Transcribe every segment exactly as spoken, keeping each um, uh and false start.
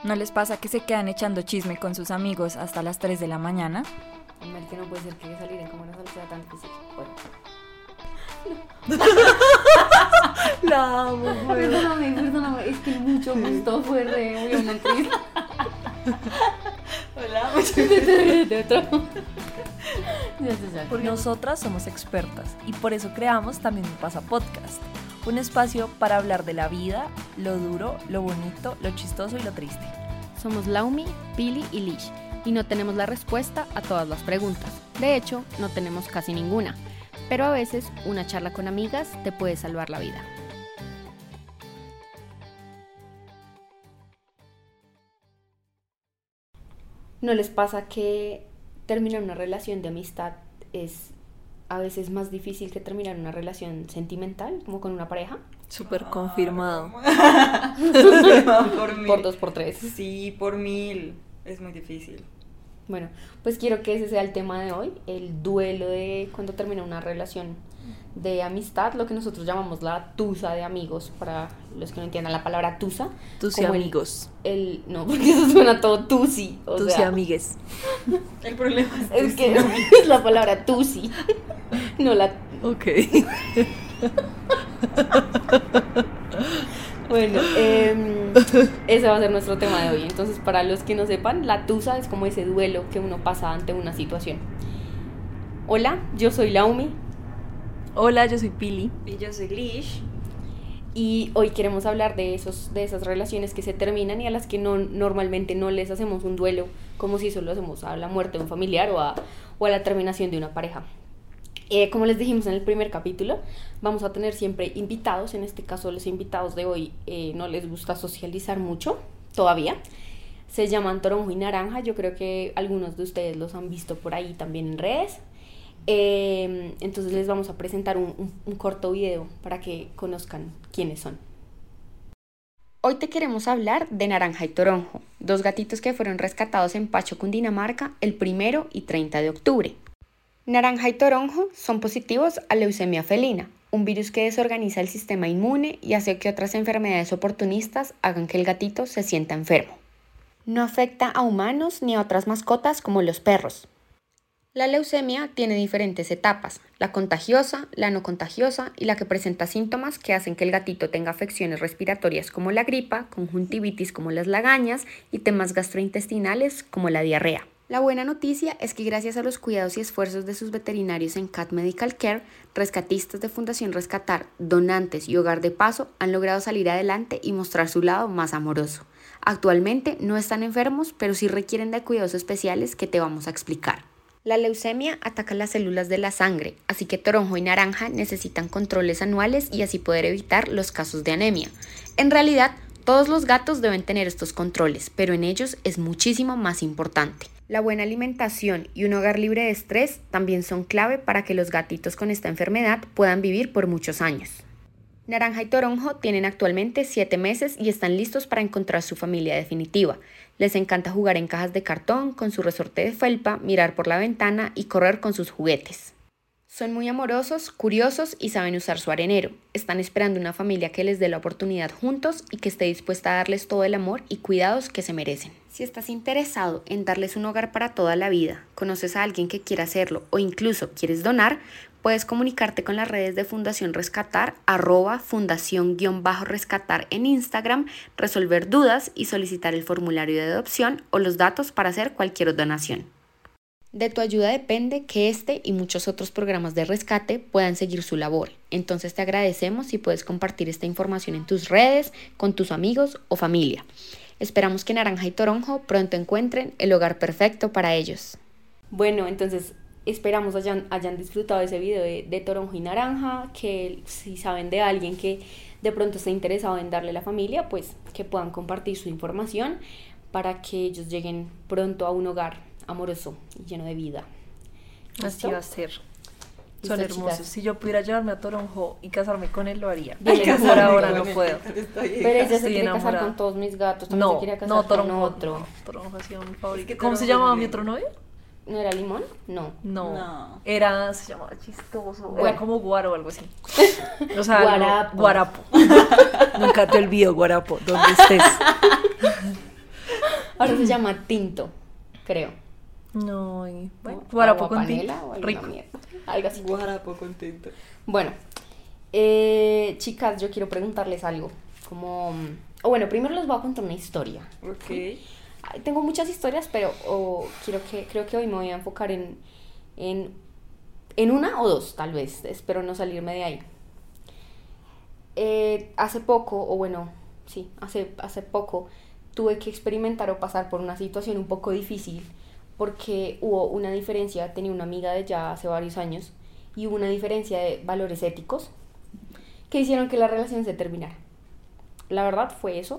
¿No les pasa que se quedan echando chisme con sus amigos hasta las tres de la mañana? Mal que no puede ser que salir en cámara solo sea tan difícil. Bueno. La amo, güey. Perdóname, perdóname, es que mucho gusto fue re muy una entrevista. Hola, De otro. Ya se sabe. Porque nosotras somos expertas y por eso creamos También Me Pasa Podcast, un espacio para hablar de la vida, lo duro, lo bonito, lo chistoso y lo triste. Somos Laumi, Pili y Lish y no tenemos la respuesta a todas las preguntas. De hecho, no tenemos casi ninguna, pero a veces una charla con amigas te puede salvar la vida. ¿No les pasa que terminar una relación de amistad es a veces más difícil que terminar una relación sentimental, como con una pareja? Súper confirmado. Por mil. Por dos, por tres. Sí, por mil. Es muy difícil. Bueno, pues quiero que ese sea el tema de hoy, el duelo de cuando termina una relación de amistad, lo que nosotros llamamos la tusa de amigos, para los que no entiendan la palabra tusa. Tus y como el- amigos. El, no, porque eso suena todo tusi, o Tus y sea, amigues. El problema es, es que es la palabra tusi, no la... Ok. Bueno, eh, ese va a ser nuestro tema de hoy. Entonces, para los que no sepan, la tusa es como ese duelo que uno pasa ante una situación. Hola, yo soy Laumi Hola, yo soy Pili. Y yo soy Lish. y hoy queremos hablar de esos, de esas relaciones que se terminan y a las que no, normalmente no les hacemos un duelo, como si solo hacemos a la muerte de un familiar o a, o a la terminación de una pareja. Eh, como les dijimos en el primer capítulo, vamos a tener siempre invitados. En este caso, los invitados de hoy eh, no les gusta socializar mucho todavía. Se llaman Toronjo y Naranja. Yo creo que algunos de ustedes los han visto por ahí también en redes. Eh, entonces les vamos a presentar un, un, un corto video para que conozcan quiénes son. Hoy te queremos hablar de Naranja y Toronjo, dos gatitos que fueron rescatados en Pacho, Cundinamarca, el primero y treinta de octubre. Naranja y Toronjo son positivos a leucemia felina, un virus que desorganiza el sistema inmune y hace que otras enfermedades oportunistas hagan que el gatito se sienta enfermo. No afecta a humanos ni a otras mascotas como los perros. La leucemia tiene diferentes etapas, la contagiosa, la no contagiosa y la que presenta síntomas que hacen que el gatito tenga afecciones respiratorias como la gripa, conjuntivitis como las lagañas y temas gastrointestinales como la diarrea. La buena noticia es que gracias a los cuidados y esfuerzos de sus veterinarios en Cat Medical Care, rescatistas de Fundación Rescatar, donantes y Hogar de Paso han logrado salir adelante y mostrar su lado más amoroso. Actualmente no están enfermos, pero sí requieren de cuidados especiales que te vamos a explicar. La leucemia ataca las células de la sangre, así que Toronjo y Naranja necesitan controles anuales y así poder evitar los casos de anemia. En realidad, todos los gatos deben tener estos controles, pero en ellos es muchísimo más importante. La buena alimentación y un hogar libre de estrés también son clave para que los gatitos con esta enfermedad puedan vivir por muchos años. Naranja y Toronjo tienen actualmente siete meses y están listos para encontrar su familia definitiva. Les encanta jugar en cajas de cartón, con su resorte de felpa, mirar por la ventana y correr con sus juguetes. Son muy amorosos, curiosos y saben usar su arenero. Están esperando una familia que les dé la oportunidad juntos y que esté dispuesta a darles todo el amor y cuidados que se merecen. Si estás interesado en darles un hogar para toda la vida, conoces a alguien que quiera hacerlo o incluso quieres donar, puedes comunicarte con las redes de Fundación Rescatar, arroba fundación-rescatar en Instagram, resolver dudas y solicitar el formulario de adopción o los datos para hacer cualquier donación. De tu ayuda depende que este y muchos otros programas de rescate puedan seguir su labor. Entonces te agradecemos si puedes compartir esta información en tus redes, con tus amigos o familia. Esperamos que Naranja y Toronjo pronto encuentren el hogar perfecto para ellos. Bueno, entonces esperamos hayan, hayan disfrutado ese video de, de Toronjo y Naranja, que si saben de alguien que de pronto esté interesado en darle a la familia, pues que puedan compartir su información para que ellos lleguen pronto a un hogar amoroso y lleno de vida. Así va a ser. Son ¿Listo, hermosos. chicas? Si yo pudiera llevarme a Toronjo y casarme con él, lo haría. Bien, Pero por ahora no puedo. Pero ella se Estoy quiere casar enamorada. con todos mis gatos, también No, se quería casar no, con Toronjo. otro. No, Toronjo ha sido mi favorito. que ¿Cómo se Toronjo llamaba es mi mi- otro novio? ¿No era Limón? No. No. No. Era, se llamaba chistoso. Bueno. Era como Guaro o algo así. O sea, Guarapo. algo- Guarapo. Nunca te olvido, Guarapo, donde estés. Ahora se llama tinto, creo. No, y bueno, ¿No? guarapo Agua con panela tinto. o alguna Rico. mierda, algo así. Guarapo contento. Bueno, eh, chicas, yo quiero preguntarles algo. Como, o bueno, primero les voy a contar una historia. Ok. Ay, tengo muchas historias, pero oh, quiero que, creo que hoy me voy a enfocar en, en, en una o dos, tal vez. Espero no salirme de ahí. Eh, hace poco, o bueno, sí, hace, hace poco, tuve que experimentar o pasar por una situación un poco difícil porque hubo una diferencia, tenía una amiga de ya hace varios años y hubo una diferencia de valores éticos que hicieron que la relación se terminara. La verdad fue eso.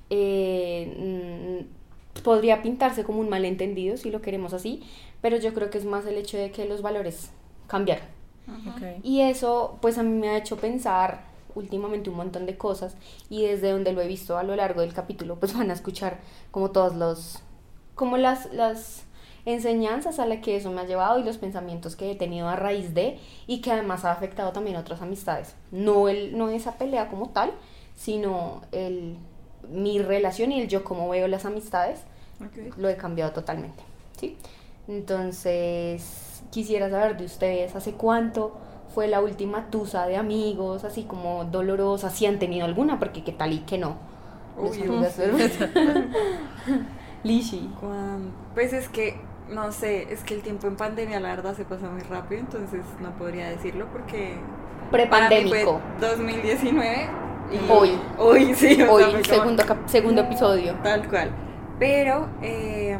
Eh, mm, podría pintarse como un malentendido si lo queremos así, pero yo creo que es más el hecho de que los valores cambiaron. Ok. Y eso pues a mí me ha hecho pensar últimamente un montón de cosas y desde donde lo he visto a lo largo del capítulo pues van a escuchar como todos los, como las, las enseñanzas a las que eso me ha llevado y los pensamientos que he tenido a raíz de y que además ha afectado también otras amistades. No, el, no esa pelea como tal, sino el, mi relación y el yo cómo veo las amistades, Okay. lo he cambiado totalmente, ¿sí? Entonces, quisiera saber de ustedes, ¿hace cuánto fue la última tusa de amigos, así como dolorosa? Si han tenido alguna, porque qué tal y que no. Uy, Les uy. amigas- Lishi. Cuan- Pues es que, no sé, es que el tiempo en pandemia la verdad se pasa muy rápido, entonces no podría decirlo porque para mí fue Prepandémico. dos mil diecinueve y Hoy. Hoy, sí, o Hoy, sea, fue como- segundo, cap- segundo episodio. Tal cual. Pero eh,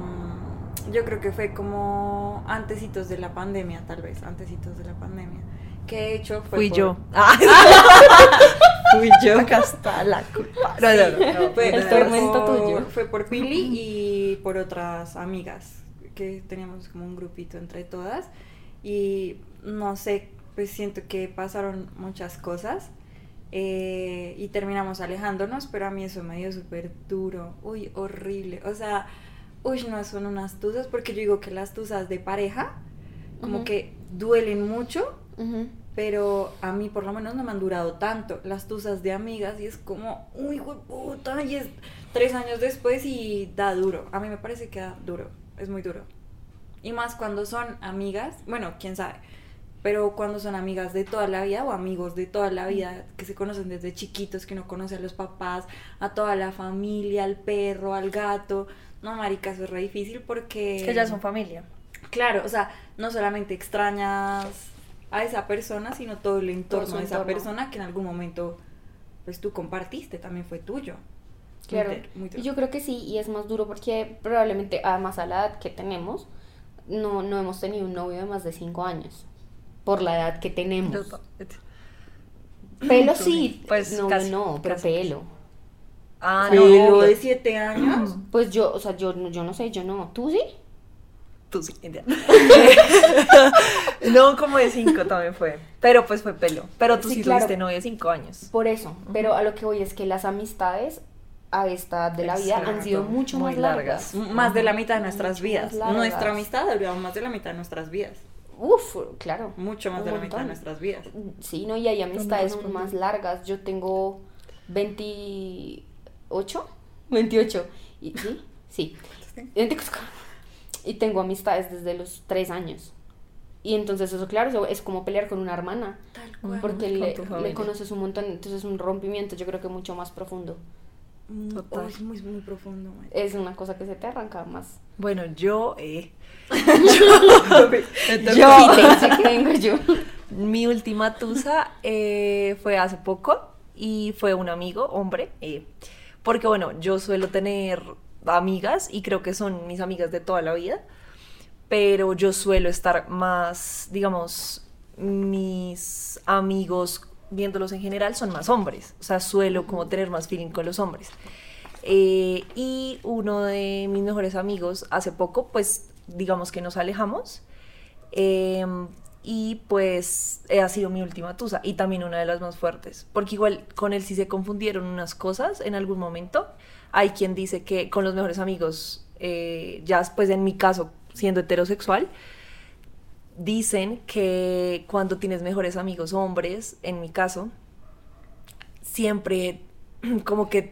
yo creo que fue como antecitos de la pandemia, tal vez, antecitos de la pandemia. Que de hecho fue Fui por- yo. Ah, Fui yo. acá está la culpa. No, no, no, no. Fue, El fue tormento por- tuyo. Fue por Pili y por otras amigas, que teníamos como un grupito entre todas. Y no sé, pues siento que pasaron muchas cosas. Eh, y terminamos alejándonos, pero a mí eso me dio súper duro, uy, horrible, o sea, uy, no son unas tusas, porque yo digo que las tusas de pareja, como Ujú. que duelen mucho, Ujú. pero a mí por lo menos no me han durado tanto, las tusas de amigas, y es como, uy, puta, y es tres años después y da duro, a mí me parece que da duro, es muy duro, y más cuando son amigas, bueno, quién sabe, pero cuando son amigas de toda la vida o amigos de toda la vida que se conocen desde chiquitos, que uno conoce a los papás, a toda la familia, al perro, al gato, no, marica, eso es re difícil porque... Es que ya son familia. Claro, o sea, no solamente extrañas a esa persona, sino todo el entorno Todo su de esa entorno. persona que en algún momento, pues tú compartiste, también fue tuyo. Claro, Muy ter- muy duro. y yo creo que sí, y es más duro porque probablemente, además a la edad que tenemos, no, no hemos tenido un novio de más de cinco años, por la edad que tenemos. Pelo sí, Pues no, casi, no, pero casi. pelo. Ah, O sea, no, Pero obvio. de siete años, Pues yo, o sea, yo, no- yo no sé, yo no. ¿Tú sí? Tú sí, India. No, como de cinco también fue. Pero pues fue pelo. Pero tú Sí, sí, claro. tuviste novio de cinco años. Por eso, pero a lo que voy es que las amistades a esta edad de la vida han Exacto, sido mucho muy más largas. largas. más de la mitad de nuestras Mucho vidas. más largas. Nuestra amistad ha durado más de la mitad de nuestras vidas. Uf, claro. Mucho más Un de la mitad de montón. nuestras vidas. Sí, no, y hay amistades aún respondí. más largas. Yo tengo veintiocho, veintiocho, y, ¿sí? Sí. veintiocho. Y tengo amistades desde los tres años. Y entonces eso, claro, eso es como pelear con una hermana. Tal cual. Porque Con le, tu le familia. conoces un montón, entonces es un rompimiento, yo creo que mucho más profundo. Mm, Total. oh, es muy, muy profundo. man. Es una cosa que se te arranca más. Bueno, yo, eh, Yo, sí, que vengo yo. mi última tusa eh, fue hace poco y fue un amigo, hombre, eh, porque bueno, yo suelo tener amigas y creo que son mis amigas de toda la vida, pero yo suelo estar más, digamos, mis amigos, viéndolos en general, son más hombres, o sea, suelo como tener más feeling con los hombres. Eh, y uno de mis mejores amigos, hace poco, pues, digamos que nos alejamos, eh, y pues eh, ha sido mi última tusa y también una de las más fuertes, porque igual con él sí se confundieron unas cosas en algún momento. Hay quien dice que con los mejores amigos, eh, ya pues en mi caso, siendo heterosexual, dicen que cuando tienes mejores amigos hombres, en mi caso, siempre como que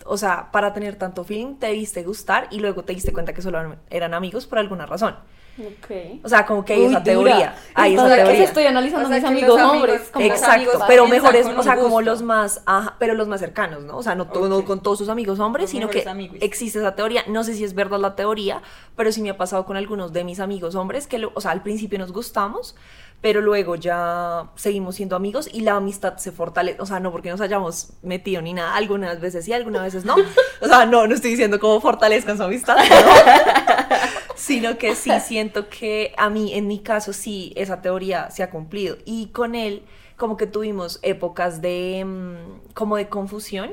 o sea, para tener tanto feeling te diste gustar y luego te diste cuenta que solo eran amigos por alguna razón. Ok. O sea, como que hay Uy, esa dura. teoría. Hay esa Entonces, teoría. estoy analizando O sea, mis que amigos los amigos- hombres. como- los Exacto, amigos pero piensan mejores, con o sea, un como gusto. los más, ajá, pero los más cercanos, ¿no? O sea, no, todo, no Ok. con todos sus amigos hombres, Los sino mejores que amigos. existe esa teoría. No sé si es verdad la teoría, pero sí me ha pasado con algunos de mis amigos hombres que, lo- o sea, al principio nos gustamos, pero luego ya seguimos siendo amigos y la amistad se fortalece, o sea, no porque nos hayamos metido ni nada, algunas veces sí, algunas veces no, o sea, no, no estoy diciendo cómo fortalezcan su amistad, ¿no? Sino que sí siento que a mí, en mi caso, sí, esa teoría se ha cumplido, y con él como que tuvimos épocas de, mm, como de confusión,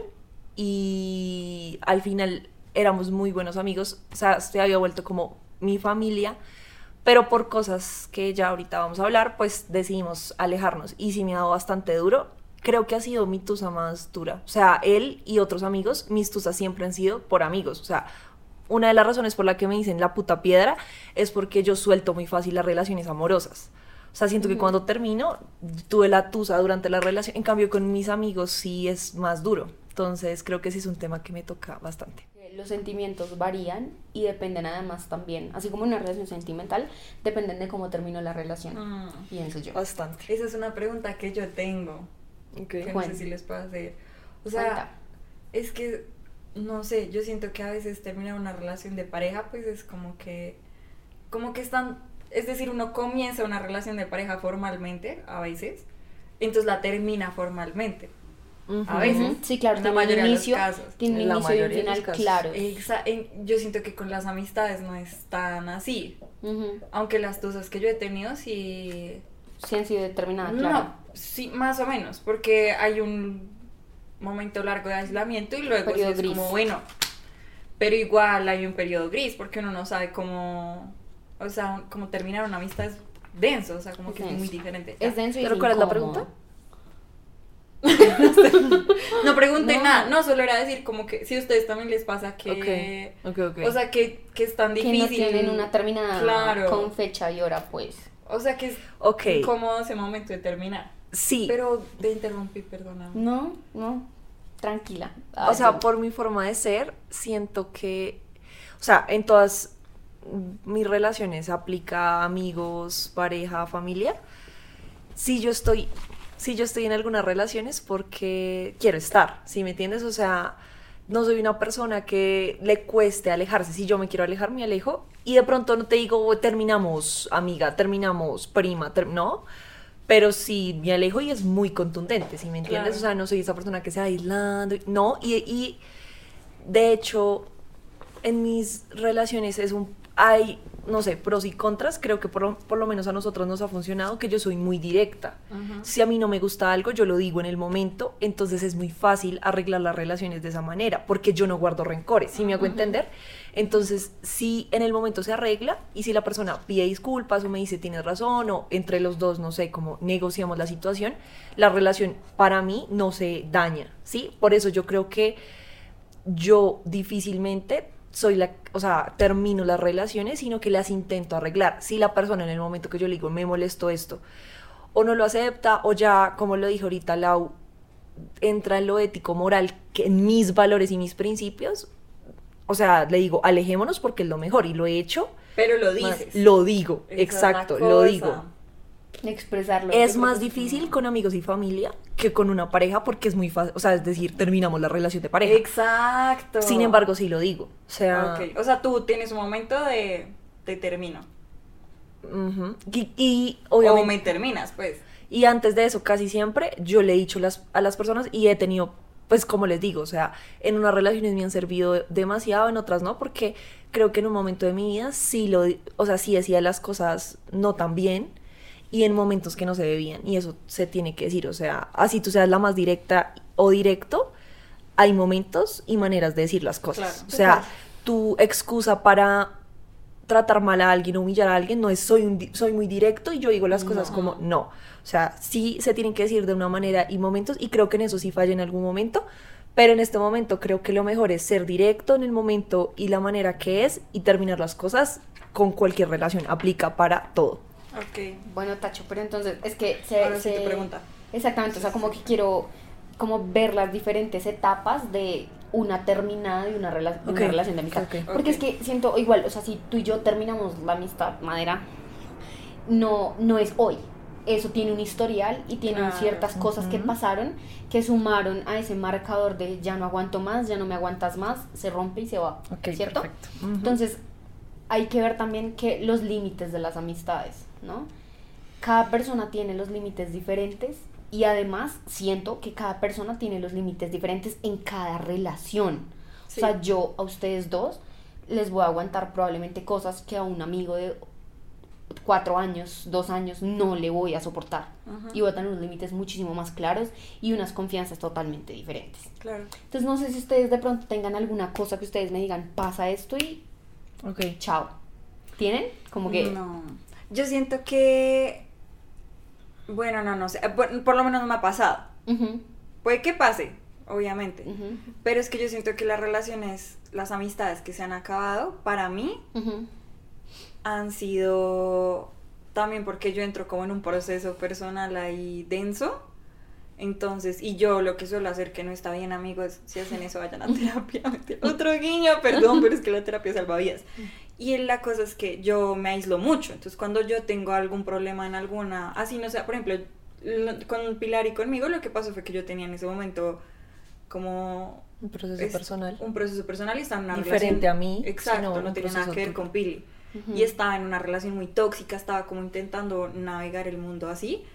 y al final éramos muy buenos amigos, o sea, se había vuelto como mi familia, pero por cosas que ya ahorita vamos a hablar, pues decidimos alejarnos. Y sí me ha dado bastante duro. Creo que ha sido mi tusa más dura. O sea, él y otros amigos, mis tusas siempre han sido por amigos. O sea, una de las razones por la que me dicen la puta piedra es porque yo suelto muy fácil las relaciones amorosas. O sea, siento que cuando termino, tuve la tusa durante la relación. En cambio, con mis amigos sí es más duro. Entonces, creo que sí es un tema que me toca bastante. Los sentimientos varían y dependen además también, así como una relación sentimental, dependen de cómo terminó la relación, Mm. pienso yo. Bastante. Esa es una pregunta que yo tengo, que no Cuenta. sé si les puedo hacer. O sea, Cuenta. es que, no sé, yo siento que a veces terminar una relación de pareja, pues es como que, como que están, es decir, uno comienza una relación de pareja formalmente, a veces, entonces la termina formalmente. A veces. Ujú, sí, claro, En la tiene un mayoría de los inicio, casos. tiene un En la inicio y un mayoría de los final casos. claro. Exa- en- yo siento que con las amistades no es tan así, Ujú. aunque las tusas que yo he tenido sí... Sí han sido determinadas, No, claro. sí, más o menos, porque hay un momento largo de aislamiento y luego sí Periodo es gris. como, bueno, pero igual hay un periodo gris, porque uno no sabe cómo, o sea, cómo terminar una amistad es denso, o sea, como Es que es denso. muy diferente. Es denso y ¿Pero es cuál es la incómodo. pregunta? No pregunté No. nada, no, solo era decir como que si a ustedes también les pasa que, Ok, ok, ok. o sea, que, que es tan Que difícil. no tienen una terminada Claro. con fecha y hora, pues. O sea, que es Ok. incómodo ese momento de terminar. Sí. Pero te interrumpí, perdona. No, no, tranquila. O sea, Ay, por mi forma de ser, siento que, o sea, en todas mis relaciones aplica amigos, pareja, familia. Si yo estoy, si yo estoy en algunas relaciones porque quiero estar, ¿sí me entiendes? O sea, no soy una persona que le cueste alejarse. Si yo me quiero alejar, me alejo. Y de pronto no te digo, "Oh, terminamos, amiga, terminamos, prima, ter-", no. Pero sí me alejo y es muy contundente, ¿sí me entiendes? Claro. O sea, no soy esa persona que se va aislando, no. Y, y de hecho, en mis relaciones es un, hay, no sé, pros y contras. Creo que por lo, por lo menos a nosotros nos ha funcionado que yo soy muy directa. Ajá. Si a mí no me gusta algo, yo lo digo en el momento, entonces es muy fácil arreglar las relaciones de esa manera, porque yo no guardo rencores, ¿sí me hago entender? Entonces, si en el momento se arregla y si la persona pide disculpas o me dice tienes razón o entre los dos, no sé, como negociamos la situación, la relación para mí no se daña, ¿sí? Por eso yo creo que yo difícilmente soy la, o sea, termino las relaciones, sino que las intento arreglar. Si la persona en el momento que yo le digo me molestó esto, o no lo acepta, o ya, como lo dije ahorita, Lau, entra en lo ético, moral, que en mis valores y mis principios, o sea, le digo, alejémonos porque es lo mejor, y lo he hecho, Pero lo más- dices. lo digo, Esa es exacto, la lo cosa. digo. expresarlo. Es Yo creo más que- difícil con amigos y familia que con una pareja porque es muy fácil, o sea, es decir, terminamos la relación de pareja. Exacto. Sin embargo, sí lo digo, o sea... Ok, o sea, tú tienes un momento de te termino. Ujú. Y, y O obviamente... me terminas, pues. Y antes de eso, casi siempre, yo le he dicho las, a las personas y he tenido, pues como les digo, o sea, en unas relaciones me han servido demasiado, en otras no, porque creo que en un momento de mi vida sí lo, o sea, sí decía las cosas no tan bien y en momentos que no se debían, y eso se tiene que decir, o sea, así tú seas la más directa o directo, hay momentos y maneras de decir las cosas. Claro. O sea, Total. tu excusa para tratar mal a alguien o humillar a alguien no es soy, un, di- soy muy directo y yo digo las cosas No. como no. O sea, sí se tienen que decir de una manera y momentos, y creo que en eso sí falla en algún momento, pero en este momento creo que lo mejor es ser directo en el momento y la manera que es y terminar las cosas con cualquier relación. Aplica para todo. Ok. Bueno, Tacho, pero entonces es que se... Ahora sí se- tu pregunta. Exactamente, o sea, como que quiero como ver las diferentes etapas de una terminada de una, rela- de Okay, una relación de amistad. okay, Porque okay. es que siento igual, o sea, si tú y yo terminamos la amistad, madera, no, no es hoy. Eso tiene un historial y tiene Claro. ciertas cosas que Ujú. pasaron que sumaron a ese marcador de ya no aguanto más, ya no me aguantas más, se rompe y se va, Ok, ¿cierto? perfecto. Ujú. Entonces, hay que ver también que los límites de las amistades, ¿no? Cada persona tiene los límites diferentes y además siento que cada persona tiene los límites diferentes en cada relación. Sí. O sea, yo a ustedes dos les voy a aguantar probablemente cosas que a un amigo de cuatro años, dos años no le voy a soportar. Ajá. Y voy a tener unos límites muchísimo más claros y unas confianzas totalmente diferentes. Claro. Entonces no sé si ustedes de pronto tengan alguna cosa que ustedes me digan, pasa esto y Ok. chao. ¿Tienen? Como que... No. Yo siento que. Bueno, no, no sé. Por, por lo menos no me ha pasado. Ujú, Puede que pase, obviamente. ujú, Pero es que yo siento que las relaciones, las amistades que se han acabado, para mí, ujú. han sido también porque yo entro como en un proceso personal ahí denso. Entonces, y yo lo que suelo hacer que no está bien, amigos, si hacen eso, vayan a terapia. Otro guiño, perdón, pero es que la terapia salva vidas. Y la cosa es que yo me aíslo mucho. Entonces, cuando yo tengo algún problema en alguna, así no sé, por ejemplo, lo- con Pilar y conmigo, lo que pasó fue que yo tenía en ese momento como Un proceso es personal. un proceso personal y estaba en una Diferente relación a mí, exacto, sino no un tenía nada proceso que ver tuyo. con Pili. Ujú. Y estaba en una relación muy tóxica, estaba como intentando navegar el mundo así.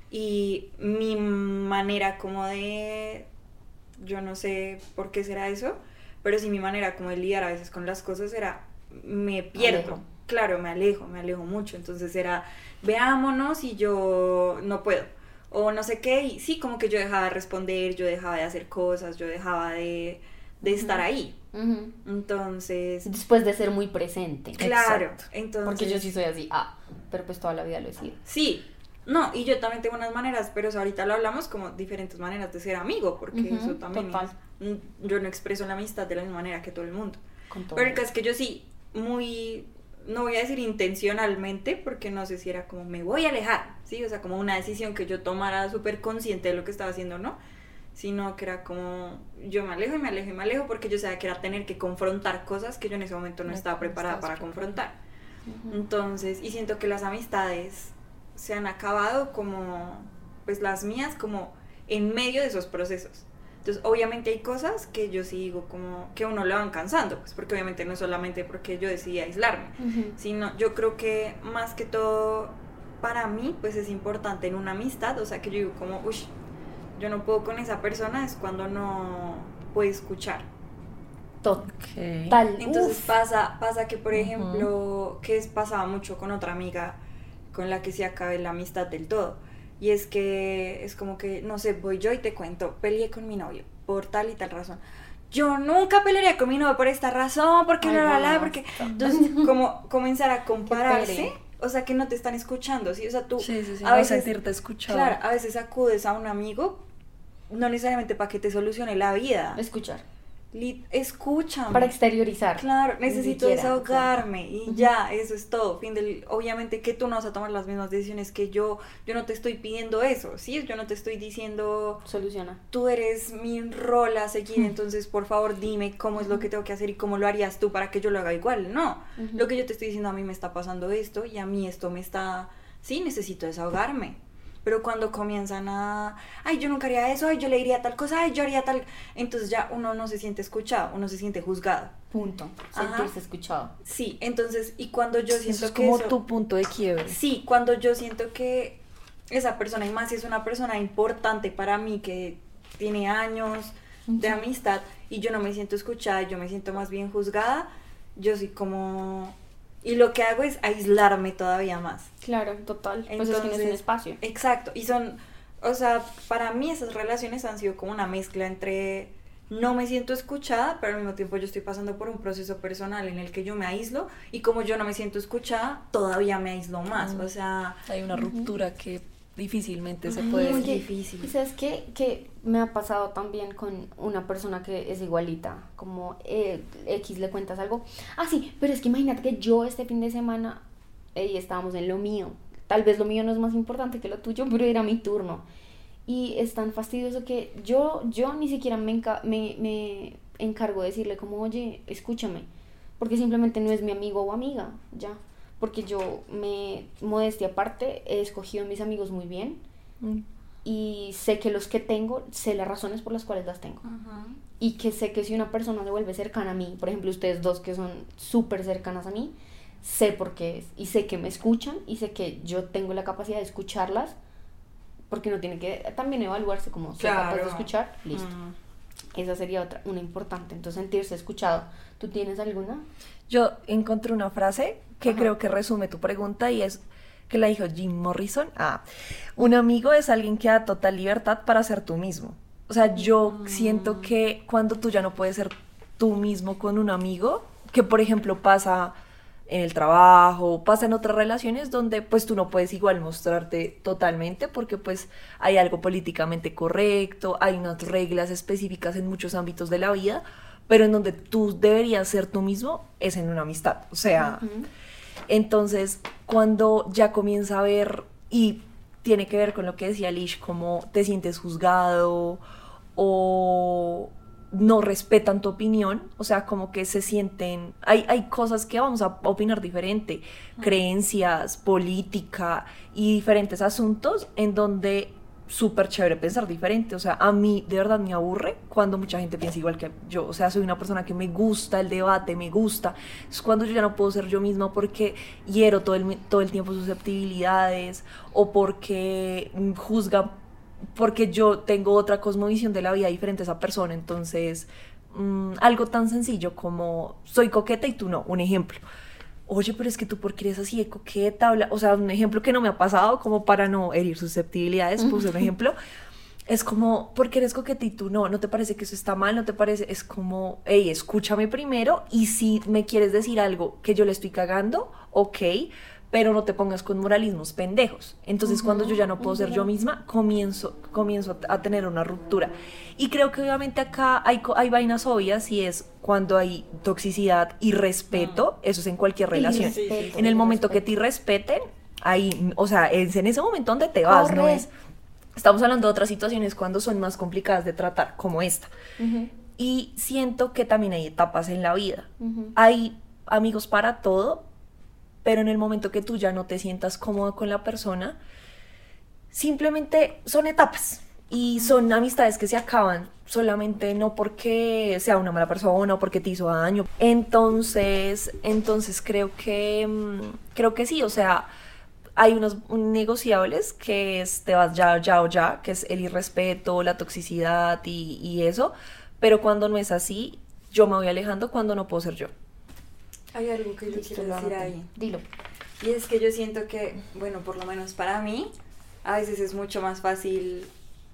Y mi manera como de, yo no sé por qué será eso, pero sí mi manera como de lidiar a veces con las cosas era, me pierdo. Alejo. Claro, me alejo, me alejo mucho. Entonces era, veámonos y yo no puedo. O no sé qué, y sí, como que yo dejaba de responder, yo dejaba de hacer cosas, yo dejaba de, de Ujú. estar ahí. Ujú. Entonces, Después de ser muy presente. claro, Exacto. entonces... Porque yo sí soy así, ah, pero pues toda la vida lo he sido. Sí, no, y yo también tengo unas maneras, pero eso ahorita lo hablamos como diferentes maneras de ser amigo, porque Ujú, eso también total. es- mm, yo no expreso la amistad de la misma manera que todo el mundo. Con todo. Pero el caso es que yo sí, muy, no voy a decir intencionalmente, porque no sé si era como me voy a alejar, ¿sí? O sea, como una decisión que yo tomara súper consciente de lo que estaba haciendo, ¿no? Sino que era como, yo me alejo y me alejo y me alejo porque yo sabía que era tener que confrontar cosas que yo en ese momento no No, estaba no preparada estabas para preparada. confrontar. Ujú. Entonces, y siento que las amistades se han acabado como, pues las mías, como en medio de esos procesos. Entonces, obviamente hay cosas que yo sí digo como que a uno le van cansando, pues porque obviamente no es solamente porque yo decidí aislarme, Ujú. sino yo creo que más que todo para mí, pues es importante en una amistad, o sea que yo digo como, uy, yo no puedo con esa persona, es cuando no puede escuchar. Total. Ok. Entonces Uf. pasa, pasa que, por Ujú. ejemplo, que es, pasaba mucho con otra amiga con la que se acabe la amistad del todo. Y es que es como que, no sé, voy yo y te cuento, peleé con mi novio por tal y tal razón. Yo nunca pelearía con mi novio por esta razón, porque Ay, bla, bla, bla, basta. porque... Entonces, como comenzar a compararse, pere. o sea, que no te están escuchando, ¿sí? O sea, tú Sí, sí, sí. a No veces... sentirte escuchado. Claro, a veces acudes a un amigo, no necesariamente para que te solucione la vida. Escuchar. Li- Escúchame. Para exteriorizar. Claro, Ni necesito siquiera, desahogarme y Ujú. ya, eso es todo. Fin del, obviamente que tú no vas a tomar las mismas decisiones que yo. Yo no te estoy pidiendo eso, ¿sí? Yo no te estoy diciendo, Soluciona. tú eres mi rol a seguir, entonces por favor dime cómo es lo que tengo que hacer y cómo lo harías tú para que yo lo haga igual. No, Ujú. lo que yo te estoy diciendo, a mí me está pasando esto y a mí esto me está, sí, necesito desahogarme. Pero cuando comienzan a, ay, yo nunca haría eso, ay, yo le diría tal cosa, ay, yo haría tal, entonces ya uno no se siente escuchado, uno se siente juzgado. Punto. Ajá. Sentirse escuchado. Sí, entonces, y cuando yo siento Eso es que como eso- tu punto de quiebre. sí, cuando yo siento que esa persona, y más si es una persona importante para mí, que tiene años de Ujú. amistad, y yo no me siento escuchada, yo me siento más bien juzgada, yo soy como... Y lo que hago es aislarme todavía más. Claro, total. Pues es que no es un espacio. Exacto, y son, o sea, para mí esas relaciones han sido como una mezcla entre no me siento escuchada, pero al mismo tiempo yo estoy pasando por un proceso personal en el que yo me aíslo, y como yo no me siento escuchada, todavía me aíslo más, Mm. o sea, Hay una ruptura que difícilmente se Muy puede... Muy Oye, difícil. ¿y sabes qué? Que me ha pasado también con una persona que es igualita, como eh, X le cuentas algo. Ah, sí, pero es que imagínate que yo este fin de semana, eh, estábamos en lo mío. Tal vez lo mío no es más importante que lo tuyo, pero era mi turno. Y es tan fastidioso que yo, yo ni siquiera me, enca- me, me, encargo de decirle como, oye, escúchame, porque simplemente no es mi amigo o amiga, ya, porque yo me, modestia aparte, he escogido a mis amigos muy bien, mm. y sé que los que tengo, sé las razones por las cuales las tengo, uh-huh. y que sé que si una persona se vuelve cercana a mí, por ejemplo ustedes dos que son súper cercanas a mí, sé por qué es, y sé que me escuchan, y sé que yo tengo la capacidad de escucharlas, porque uno tiene que también evaluarse como ser claro. capaz de escuchar, listo. Mm. Esa sería otra, una importante, entonces sentirse escuchado. ¿Tú tienes alguna? Yo encontré una frase que Ajá. creo que resume tu pregunta y es que la dijo Jim Morrison. Ah, un amigo es alguien que da total libertad para ser tú mismo. O sea, yo mm. siento que cuando tú ya no puedes ser tú mismo con un amigo, que por ejemplo pasa en el trabajo, pasa en otras relaciones donde pues tú no puedes igual mostrarte totalmente porque pues hay algo políticamente correcto, hay unas reglas específicas en muchos ámbitos de la vida, pero en donde tú deberías ser tú mismo es en una amistad, o sea, uh-huh. entonces cuando ya comienza a ver, y tiene que ver con lo que decía Lish, como te sientes juzgado o no respetan tu opinión, o sea, como que se sienten, hay, hay cosas que vamos a opinar diferente, creencias, política y diferentes asuntos en donde súper chévere pensar diferente, o sea, a mí de verdad me aburre cuando mucha gente piensa igual que yo, o sea, soy una persona que me gusta el debate, me gusta, es cuando yo ya no puedo ser yo misma porque hiero todo el, todo el tiempo susceptibilidades o porque juzga porque yo tengo otra cosmovisión de la vida diferente a esa persona, entonces mmm, algo tan sencillo como soy coqueta y tú no, un ejemplo, oye, pero es que tú por qué eres así de coqueta, o sea, un ejemplo que no me ha pasado como para no herir susceptibilidades, puse un ejemplo, es como, ¿por qué eres coqueta y tú no? ¿No te parece que eso está mal? ¿No te parece? Es como, hey, escúchame primero y si me quieres decir algo que yo le estoy cagando, ok, pero no te pongas con moralismos pendejos. Entonces, uh-huh, cuando yo ya no puedo uh-huh. ser yo misma, comienzo, comienzo a tener una ruptura. Y creo que obviamente acá hay, hay vainas obvias y es cuando hay toxicidad y respeto, uh-huh. eso es en cualquier relación. Sí, sí, sí, en el momento respeto. Que te irrespeten, ahí, o sea, es en ese momento donde te vas, Corre. No es... Estamos hablando de otras situaciones cuando son más complicadas de tratar, como esta. Uh-huh. Y siento que también hay etapas en la vida. Uh-huh. Hay amigos para todo, pero en el momento que tú ya no te sientas cómodo con la persona, simplemente son etapas y son amistades que se acaban solamente no porque sea una mala persona o porque te hizo daño. Entonces, entonces creo que creo que sí, o sea, hay unos negociables que es te vas ya, ya o ya, que es el irrespeto, la toxicidad y, y eso, pero cuando no es así, yo me voy alejando cuando no puedo ser yo. Hay algo que yo Listo, quiero decir ahí. Dilo. Y es que yo siento que, bueno, por lo menos para mí, a veces es mucho más fácil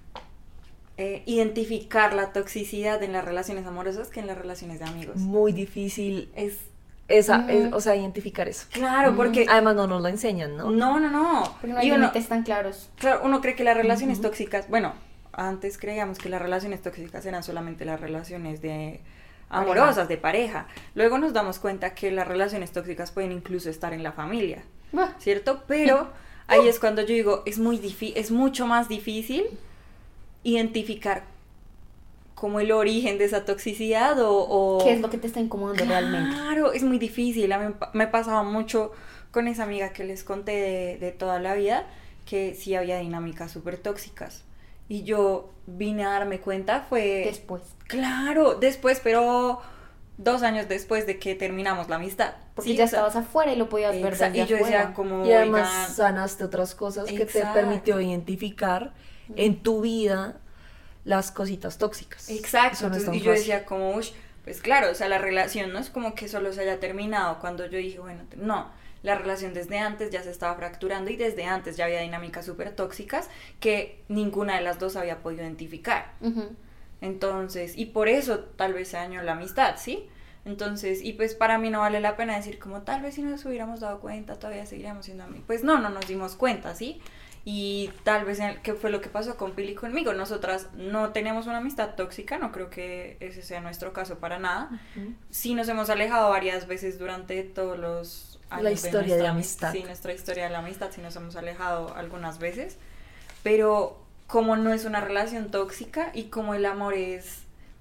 eh, identificar la toxicidad en las relaciones amorosas que en las relaciones de amigos. Muy difícil es esa, mm. es, o sea, identificar eso. Claro, porque... Mm. Además no nos lo enseñan, ¿no? No, no, no. Porque no hay límites tan claros. Claro, uno cree que las relaciones uh-huh. tóxicas, bueno, antes creíamos que las relaciones tóxicas eran solamente las relaciones de... amorosas, pareja. de pareja. Luego nos damos cuenta que las relaciones tóxicas pueden incluso estar en la familia, ah. ¿cierto? Pero ahí uh. es cuando yo digo, es muy difí- es mucho más difícil identificar como el origen de esa toxicidad o, o... ¿Qué es lo que te está incomodando claro, realmente? Claro, es muy difícil. A mí me pasaba mucho con esa amiga que les conté de, de toda la vida, que sí había dinámicas súper tóxicas. Y yo vine a darme cuenta fue... Después. Claro, después, pero dos años después de que terminamos la amistad. Porque sí, ya o sea, estabas afuera y lo podías ver desde y yo afuera. Decía como... Y además oigan, sanaste otras cosas exacto. que te permitió identificar mm. en tu vida las cositas tóxicas. Exacto, entonces, no y yo decía como, uy, pues claro, o sea, la relación no es como que solo se haya terminado cuando yo dije, bueno, no... La relación desde antes ya se estaba fracturando y desde antes ya había dinámicas súper tóxicas que ninguna de las dos había podido identificar. Uh-huh. Entonces, y por eso tal vez se dañó la amistad, ¿sí? Entonces, y pues para mí no vale la pena decir como tal vez si nos hubiéramos dado cuenta todavía seguiríamos siendo amigos. Pues no, no nos dimos cuenta, ¿sí? Y tal vez, ¿qué fue lo que pasó con Pili y conmigo? Nosotras no tenemos una amistad tóxica, no creo que ese sea nuestro caso para nada. Uh-huh. Sí nos hemos alejado varias veces durante todos los... La historia de, de la amistad. Sí, nuestra historia de la amistad, sí nos hemos alejado algunas veces, pero como no es una relación tóxica y como el amor es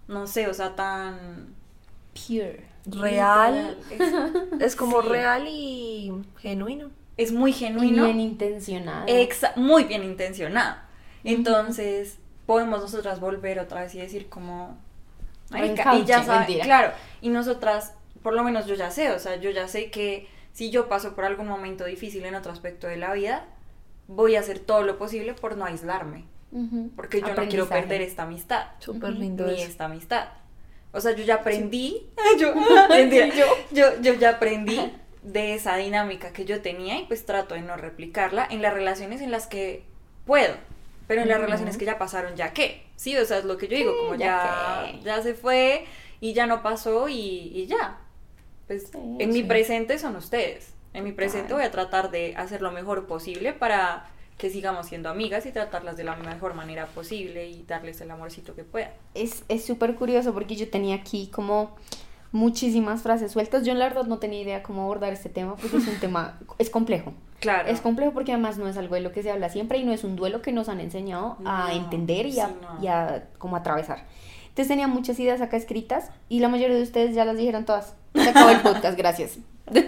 no sé, o sea, tan Pure. Real. literal. Es, Es como sí, real y genuino. es muy Y genuino. bien intencionado. Exa- muy bien intencionado. Entonces, podemos nosotras volver otra vez y decir como... marica, y ya Reencauche, sabe, mentira. claro, y nosotras, por lo menos yo ya sé, o sea, yo ya sé que si yo paso por algún momento difícil en otro aspecto de la vida, voy a hacer todo lo posible por no aislarme, Ujú. porque yo no quiero Aprendizaje. perder esta amistad, Súper Ujú. lindo ni eso. esta amistad. O sea, yo ya aprendí, yo, mentira, yo, yo, yo ya aprendí de esa dinámica que yo tenía y pues trato de no replicarla en las relaciones en las que puedo, pero en las Ujú. relaciones que ya pasaron, ¿ya qué? Sí, o sea, es lo que yo digo, como ya ya, qué. ya se fue y ya no pasó y, y ya. Pues Sí, en mi sí. presente son ustedes, en mi presente Total. voy a tratar de hacer lo mejor posible para que sigamos siendo amigas y tratarlas de la mejor manera posible y darles el amorcito que pueda. Es es súper curioso porque yo tenía aquí como muchísimas frases sueltas. Yo en la verdad no tenía idea cómo abordar este tema porque es un tema, es complejo. Claro. Es complejo porque además no es algo de lo que se habla siempre y no es un duelo que nos han enseñado a No, entender y a, sí, no. y a como atravesar. Entonces tenía muchas ideas acá escritas y la mayoría de ustedes ya las dijeron todas. Se acabó el podcast, gracias.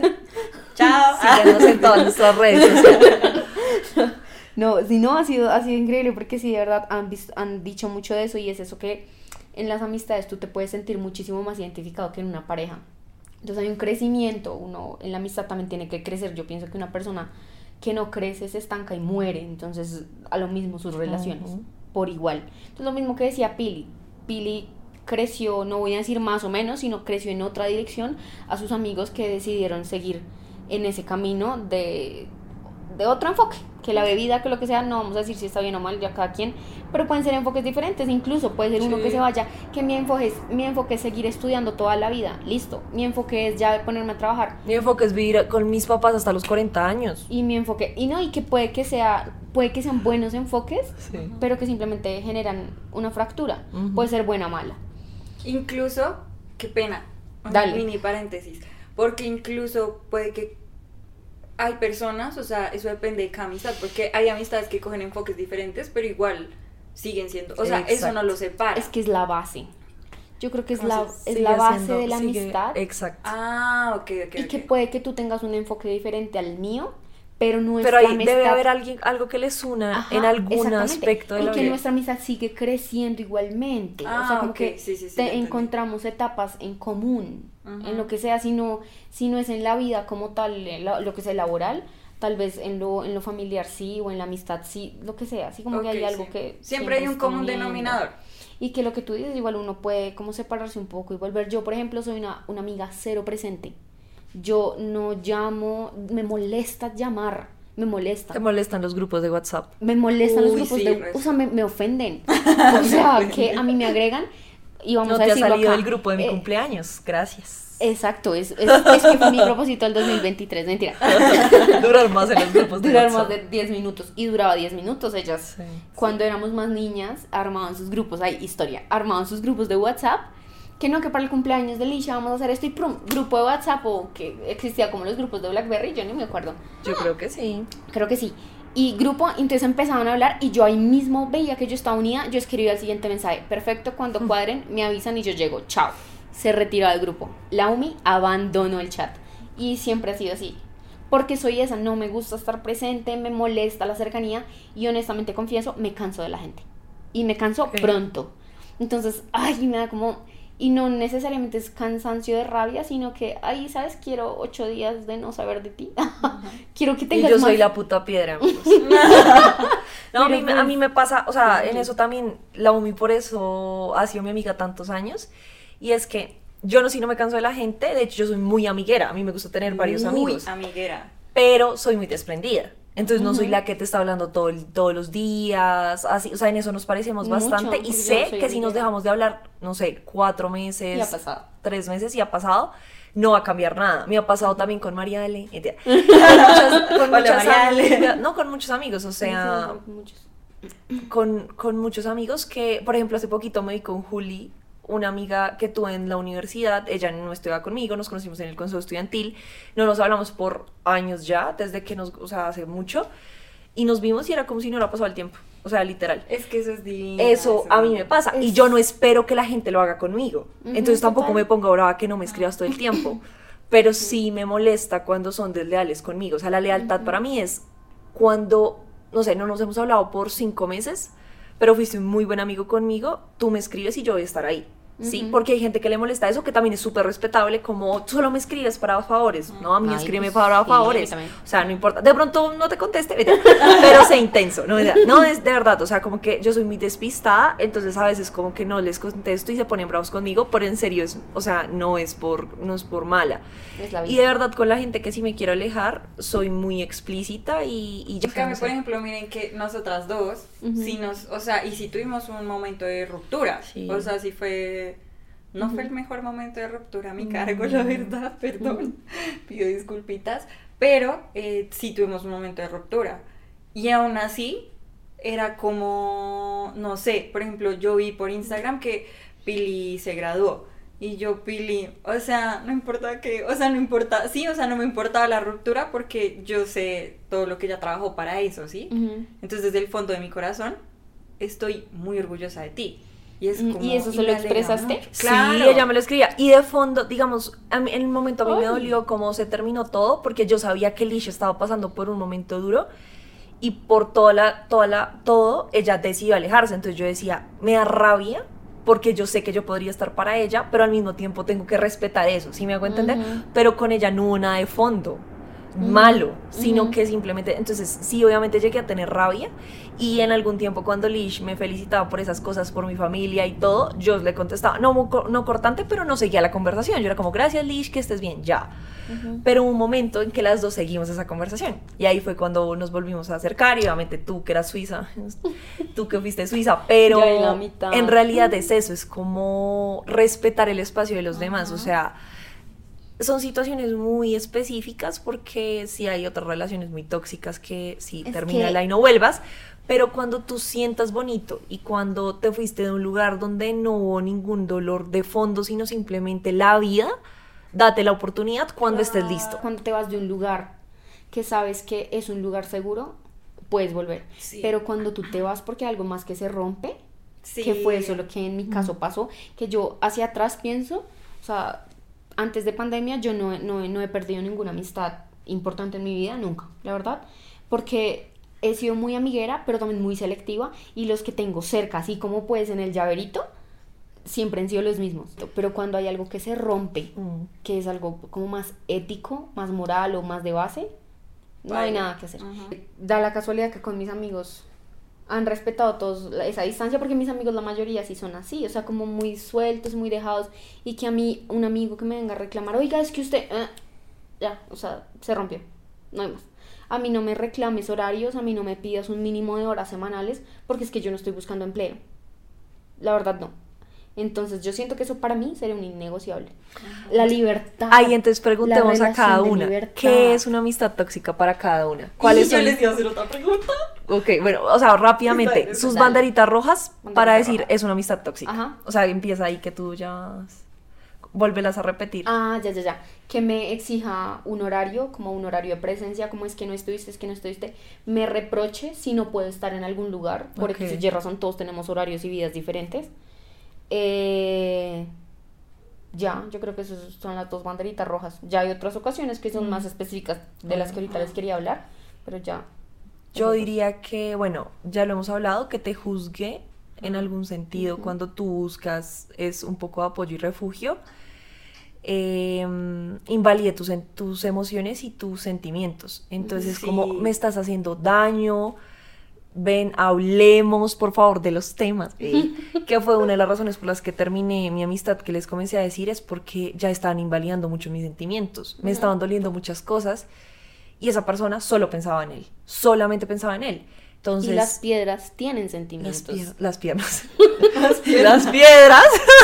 Chao. Síganos en todas nuestras redes sociales. No, si no, ha sido, ha sido increíble porque sí, de verdad, han, visto, han dicho mucho de eso y es eso que en las amistades tú te puedes sentir muchísimo más identificado que en una pareja. Entonces hay un crecimiento, uno en la amistad también tiene que crecer. Yo pienso que una persona que no crece se estanca y muere, entonces a lo mismo sus relaciones, Ujú. por igual. Entonces lo mismo que decía Pili, Pili creció, no voy a decir más o menos, sino creció en otra dirección a sus amigos que decidieron seguir en ese camino de, de otro enfoque, que la bebida, que lo que sea, no vamos a decir si está bien o mal, ya cada quien, pero pueden ser enfoques diferentes, incluso puede ser uno Sí. que se vaya, que mi enfoque, es, mi enfoque es seguir estudiando toda la vida, listo, mi enfoque es ya ponerme a trabajar, Mi enfoque es vivir con mis papás hasta los cuarenta años. y mi enfoque, y no, y que puede que sea, puede que sean buenos enfoques, Sí. pero que simplemente generan una fractura, Ujú. puede ser buena o mala. Incluso, qué pena, un Dale. mini paréntesis, porque incluso puede que hay personas, o sea, eso depende de cada amistad, porque hay amistades que cogen enfoques diferentes, pero igual siguen siendo, o sea, eso Exacto. no lo separa. Es que es la base, yo creo que es ¿Cómo la, se- es Sigue la base siendo- de la sigue- amistad, Exacto. Ah, ok, ok, y ok. que puede que tú tengas un enfoque diferente al mío, pero Pero nuestra ahí amistad... debe haber alguien, algo que les una Ajá, en algún exactamente. aspecto de y la que vida. nuestra amistad sigue creciendo igualmente, o Ah, sea, como ok, que sí, sí, sí, te ya entendí. encontramos etapas en común, Ujú. en lo que sea, si no, si no es en la vida como tal, en la- lo que sea laboral, tal vez en lo, en lo familiar sí, o en la amistad sí, lo que sea, así como que hay Ok, algo sí. que... Siempre hay un está común uniendo. denominador. Y que lo que tú dices, igual uno puede como separarse un poco y volver. Yo, por ejemplo, soy una, una amiga cero presente. Yo no llamo, me molesta llamar, me molesta. Te molestan los grupos de WhatsApp. Me molestan los Uy, grupos sí, de... res- O sea, me, me ofenden. O sea, que a mí me agregan y vamos No a te ha decirlo salido acá. del grupo de mi Eh, cumpleaños. Gracias. Exacto, es, es, es que fue mi propósito del dos mil veintitrés, mentira. Durar más en los grupos de Durar WhatsApp. más de diez minutos y duraba diez minutos ellas. Sí. Cuando éramos más niñas, armaban sus grupos, hay historia, armaban sus grupos de WhatsApp, que no, que para el cumpleaños de Lisha vamos a hacer esto y prum, grupo de WhatsApp o que existía como los grupos de BlackBerry, yo ni me acuerdo, Yo creo que sí. creo que sí. Y grupo, entonces empezaban a hablar y yo ahí mismo veía que yo estaba unida, yo escribía el siguiente mensaje, perfecto, cuando cuadren me avisan y yo llego, chao. Se retiró del grupo. La Umi abandonó el chat. Y siempre ha sido así. Porque soy esa, no me gusta estar presente, me molesta la cercanía y honestamente confieso, me canso de la gente. Y me canso Ok. pronto. Entonces, ay, me da como... Y no necesariamente es cansancio de rabia, sino que, ay, ¿sabes? Quiero ocho días de no saber de ti. Quiero que Y tengas yo más... soy la puta piedra, amigos. No, a mí, me- a mí me pasa, o sea, en eso también, la Umi por eso ha sido mi amiga tantos años. Y es que yo no, si no me canso de la gente, de hecho yo soy muy amiguera, a mí me gusta tener varios Muy amigos, amiguera. pero soy muy desprendida. Entonces no soy Ujú. la que te está hablando todo el- todos los días, así, o sea, en eso nos parecemos Mucho, bastante y porque yo sé soy que si nos amiguera. dejamos de hablar, no sé, cuatro Y ha meses, pasado. tres meses y ha pasado, no va a cambiar nada. Me ha pasado también con Mariale, mentira. con muchas, con Hola, muchas Mariale. amigas, no, con muchos amigos, o sea, Sí, sí, muchos. con, con muchos amigos que, por ejemplo, hace poquito me vi con Juli, una amiga que tuve en la universidad, ella no estudiaba conmigo, nos conocimos en el consejo estudiantil, no nos hablamos por años ya, desde que nos, o sea, hace mucho, y nos vimos y era como si no hubiera pasado el tiempo. O sea, literal. Es que eso es divino. Eso a mí me pasa. Es- Y yo no espero que la gente lo haga conmigo. Ujú, Entonces tampoco total. me pongo brava que no me escribas todo el tiempo. Pero sí me molesta cuando son desleales conmigo. O sea, la lealtad para mí es cuando, no sé, no nos hemos hablado por cinco meses, pero fuiste un muy buen amigo conmigo, tú me escribes y yo voy a estar ahí. Sí, Ujú. porque hay gente que le molesta eso, que también es súper respetable, como tú solo me escribes para favores, no, a mí Ay, escríbeme pues, para sí, a mí favores, también. o sea, no importa, de pronto no te conteste, vete, pero sé intenso, no, no es de verdad, o sea, como que yo soy muy despistada, entonces a veces como que no les contesto y se ponen bravos conmigo, pero en serio es, o sea, no es por, no es por mala, Es la vida. y de verdad con la gente que sí me quiero alejar, soy muy explícita y, y ya. En cambio, no sé. por ejemplo, miren que nosotras dos, Ujú. sí nos, o sea, y si tuvimos un momento de ruptura, Sí. o sea, sí fue, no Ujú. fue el mejor momento de ruptura a mi Mm. cargo, la verdad, perdón, pido disculpitas, pero eh, sí tuvimos un momento de ruptura, y aún así, era como, no sé, por ejemplo, yo vi por Instagram que Pili se graduó, y yo, Pili, o sea, no importa que, o sea, no importa, sí, o sea, no me importaba la ruptura porque yo sé todo lo que ella trabajó para eso, ¿sí? Ujú. Entonces, desde el fondo de mi corazón, estoy muy orgullosa de ti. Y, es Mm, como, ¿y eso se me lo alegra expresaste? mucho. Sí, ella me lo escribía. Y de fondo, digamos, a mí- en el momento a mí me Ay. dolió cómo se terminó todo, porque yo sabía que Lish estaba pasando por un momento duro y por toda la, toda la, todo, ella decidió alejarse. Entonces yo decía, me da rabia porque yo sé que yo podría estar para ella, pero al mismo tiempo tengo que respetar eso, ¿sí me hago entender? Ujú. Pero con ella no hubo nada de fondo Ujú, malo, sino ujú. que simplemente, entonces sí, obviamente llegué a tener rabia y en algún tiempo cuando Lish me felicitaba por esas cosas, por mi familia y todo, yo le contestaba, no, mo- no cortante, pero no seguía la conversación, yo era como, gracias Lish, que estés bien, ya. Ujú. Pero hubo un momento en que las dos seguimos esa conversación y ahí fue cuando nos volvimos a acercar y obviamente tú que eras suiza, tú que fuiste suiza, pero Yo en la mitad. en realidad es eso, es como respetar el espacio de los demás, o Ajá. sea, son situaciones muy específicas porque sí hay otras relaciones muy tóxicas que sí, Es termínala que- y no vuelvas, pero cuando tú sientas bonito y cuando te fuiste de un lugar donde no hubo ningún dolor de fondo, sino simplemente la vida, date la oportunidad cuando estés listo. Cuando te vas de un lugar que sabes que es un lugar seguro, puedes volver. Sí. Pero cuando tú te vas porque hay algo más que se rompe, Sí. que fue eso lo que en mi caso pasó, que yo hacia atrás pienso, o sea, antes de pandemia yo no, he- no, he- no he perdido ninguna amistad importante en mi vida, nunca, la verdad, porque he sido muy amiguera, pero también muy selectiva, y los que tengo cerca, así como pues en el llaverito, siempre han sido los mismos. Pero cuando hay algo que se rompe, Mm. que es algo como más ético, más moral o más de base, no hay Vaya. nada que hacer. Ajá. Da la casualidad que con mis amigos han respetado todos la- esa distancia, porque mis amigos la mayoría sí son así, o sea, como muy sueltos, muy dejados, y que a mí un amigo que me venga a reclamar, oiga, es que usted, eh", ya, o sea, se rompió, no hay más. A mí no me reclames horarios, a mí no me pidas un mínimo de horas semanales, porque es que yo no estoy buscando empleo. La verdad no. Entonces yo siento que eso para mí sería un innegociable. La libertad. Ahí entonces preguntemos la a cada relación de una, libertad. ¿qué es una amistad tóxica para cada una? ¿Cuáles Y yo son? les iba a hacer otra pregunta. Ok, bueno, o sea, rápidamente, Está bien, sus dale. banderitas rojas Banderita para decir roja. es una amistad tóxica. Ajá. O sea, empieza ahí que tú ya vuélvelas a repetir. Ah, ya, ya, ya. Que me exija un horario, como un horario de presencia, como es que no estuviste, es que no estuviste. Me reproche si no puedo estar en algún lugar, por Ok. X o Y razón, todos tenemos horarios y vidas diferentes. Eh, ya, yo creo que esas son las dos banderitas rojas. Ya hay otras ocasiones que son Mm. más específicas de las que ahorita les quería hablar, pero ya. Yo esas dos. diría que, bueno, ya lo hemos hablado, que te juzgue en algún sentido Ujú. cuando tú buscas es un poco de apoyo y refugio. Eh, invalide tus, en- tus emociones y tus sentimientos. Entonces, Sí. como me estás haciendo daño, ven, hablemos por favor de los temas. eh, que fue una de las razones por las que terminé mi amistad, que les comencé a decir, es porque ya estaban invalidando mucho mis sentimientos, me Ujú. estaban doliendo muchas cosas y esa persona solo pensaba en él, solamente pensaba en él. Entonces, Y las piedras tienen las, sentimientos. pier- las piernas. Las piedras.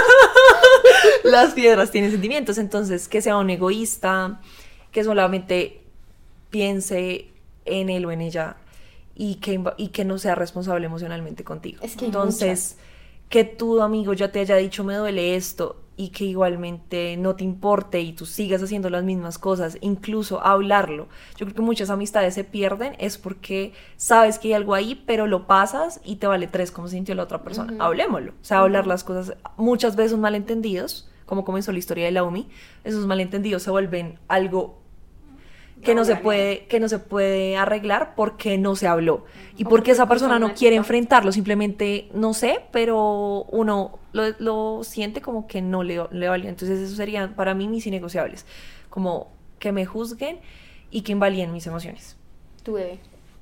Las piedras tienen sentimientos. Entonces, que sea un egoísta, que solamente piense en él o en ella y que, inva- y que no sea responsable emocionalmente contigo. Es que hay Entonces, que tu amigo ya te haya dicho me duele esto y que igualmente no te importe y tú sigas haciendo las mismas cosas, incluso hablarlo. Yo creo que muchas amistades se pierden es porque sabes que hay algo ahí, pero lo pasas y te vale tres cómo se sintió la otra persona. Uh-huh. Hablémoslo. O sea, hablar uh-huh. las cosas, muchas veces son malentendidos, como comenzó la historia de la Umi, esos malentendidos se vuelven algo que no, no se puede que no se puede arreglar porque no se habló y porque esa persona no quiere enfrentarlo, simplemente no sé, pero uno lo, lo siente como que no le, le valió. Entonces eso serían para mí mis innegociables, como que me juzguen y que invaliden mis emociones. Tu bebé.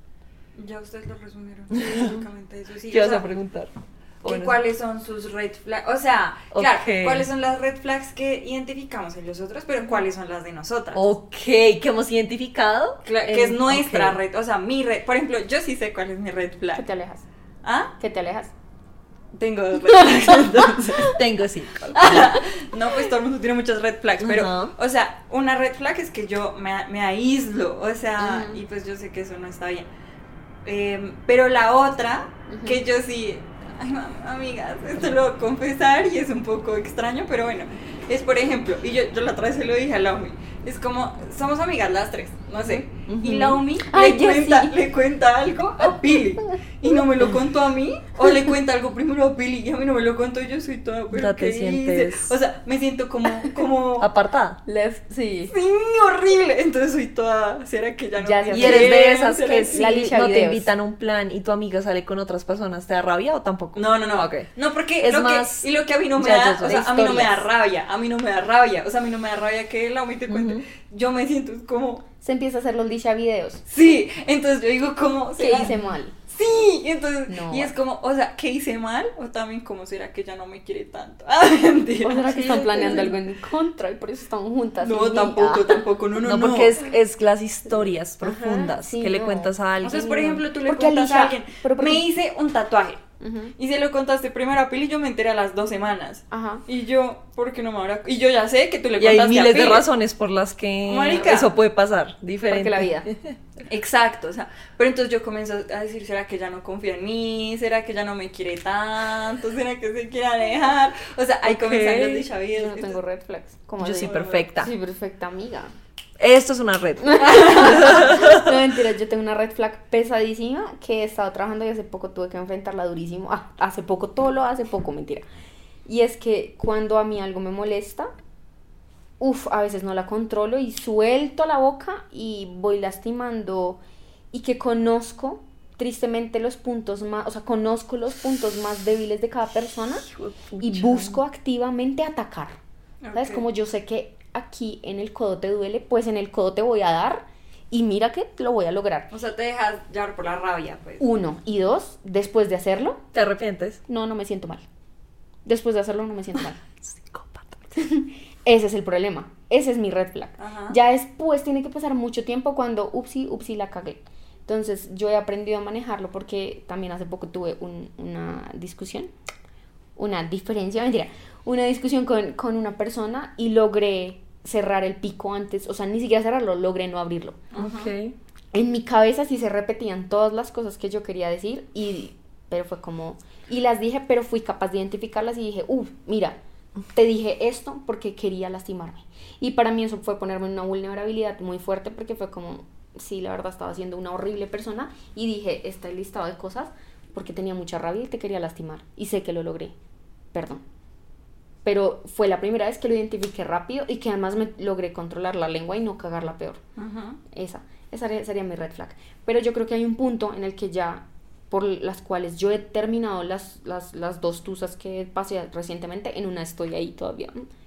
Ya ustedes lo resumieron. Básicamente eso sí. ¿Qué vas a preguntar? Bueno. ¿Cuáles son sus red flags? O sea, okay. claro, ¿cuáles son las red flags que identificamos en los otros, pero cuáles son las de nosotras? Ok, ¿que hemos identificado? Claro, que es nuestra okay. red, o sea, mi red. Por ejemplo, yo sí sé cuál es mi red flag. ¿Que te alejas? ¿Ah? ¿Que te alejas? Tengo dos red flags, entonces. Tengo cinco. No, pues todo el mundo tiene muchas red flags, pero, uh-huh. o sea, una red flag es que yo me, me aíslo, o sea, uh-huh. y pues yo sé que eso no está bien. Eh, pero la otra, uh-huh. que yo sí... Ay, amigas, esto lo voy a confesar y es un poco extraño, pero bueno, es por ejemplo, y yo, yo la otra vez se lo dije a la Umi, es como, somos amigas las tres, no sé, uh-huh. y la Umi le cuenta, sí. le cuenta algo a Pili, y no me lo contó a mí, o le cuenta algo primero a Pili, y a mí no me lo contó, y yo soy toda, pero ya te ¿qué sientes? hice? O sea, me siento como, como... apartada. Left, sí. Sí, horrible, entonces soy toda, ¿será que ya no ya, me y eres de esas que sí, la no videos. Te invitan a un plan y tu amiga sale con otras personas, ¿te da rabia o tampoco? No, no, no, okay. no, porque es lo más, que, y lo que a mí no me da, o sea, a mí no me da rabia, a mí no me da rabia, o sea, a mí no me da rabia que la Umi te cuente, uh-huh. yo me siento como... Se empieza a hacer los dicha videos. Sí, entonces yo digo como... ¿Qué hice mal? Sí, entonces, no. y es como, o sea, ¿qué hice mal? O también, ¿cómo será que ella no me quiere tanto? Ah, mentira. ¿O será que están planeando algo en contra y por eso están juntas? No, tampoco, ah. tampoco, no, no, no. No, porque es, es las historias profundas Ajá, sí, que no. le cuentas a alguien. O sea, es, por ejemplo, tú le porque cuentas Alicia, a alguien, pero porque... me hice un tatuaje. Uh-huh. Y se lo contaste primero a Pili y yo me enteré a las dos semanas. Ajá. Y yo, ¿por qué no me habrá...? Y yo ya sé que tú le y contaste a hay miles Pili. de razones por las que Marica, eso puede pasar, diferente. Porque la vida. Exacto, o sea, pero entonces yo comienzo a decir, ¿será que ella no confía en mí? ¿Será que ella no me quiere tanto? ¿Será que se quiere alejar? O sea, ahí okay. comienzan los dichavidos. Yo no tengo red flags. Yo sí, perfecta. Sí, perfecta, amiga. Esto es una red flag. No, mentira, yo tengo una red flag pesadísima que he estado trabajando y hace poco tuve que enfrentarla durísimo. Ah, hace poco, todo lo hace poco, mentira. Y es que cuando a mí algo me molesta, uff, a veces no la controlo y suelto la boca y voy lastimando y que conozco tristemente los puntos más, o sea, conozco los puntos más débiles de cada persona y busco activamente atacar. ¿Sabes? Okay. Como yo sé que aquí en el codo te duele, pues en el codo te voy a dar y mira que lo voy a lograr. O sea, te dejas llevar por la rabia, pues. Uno, y dos, después de hacerlo... ¿Te arrepientes? No, no me siento mal. Después de hacerlo no me siento mal. Psicópata. Ese es el problema, ese es mi red flag. Ajá. Ya después tiene que pasar mucho tiempo cuando, upsi, upsi, la cagué. Entonces yo he aprendido a manejarlo porque también hace poco tuve un, una discusión, una diferencia, mentira, una discusión con, con una persona y logré cerrar el pico antes, o sea, ni siquiera cerrarlo, logré no abrirlo. Okay. En mi cabeza sí se repetían todas las cosas que yo quería decir, y, pero fue como, y las dije, pero fui capaz de identificarlas y dije, uff, mira, te dije esto porque quería lastimarme. Y para mí eso fue ponerme en una vulnerabilidad muy fuerte porque fue como, sí, la verdad estaba siendo una horrible persona y dije, este listado de cosas porque tenía mucha rabia y te quería lastimar y sé que lo logré, perdón. Pero fue la primera vez que lo identifiqué rápido y que además me logré controlar la lengua y no cagarla peor. Uh-huh. Esa, esa sería mi red flag. Pero yo creo que hay un punto en el que ya, por las cuales yo he terminado las, las, las dos tusas que pasé recientemente, en una estoy ahí todavía.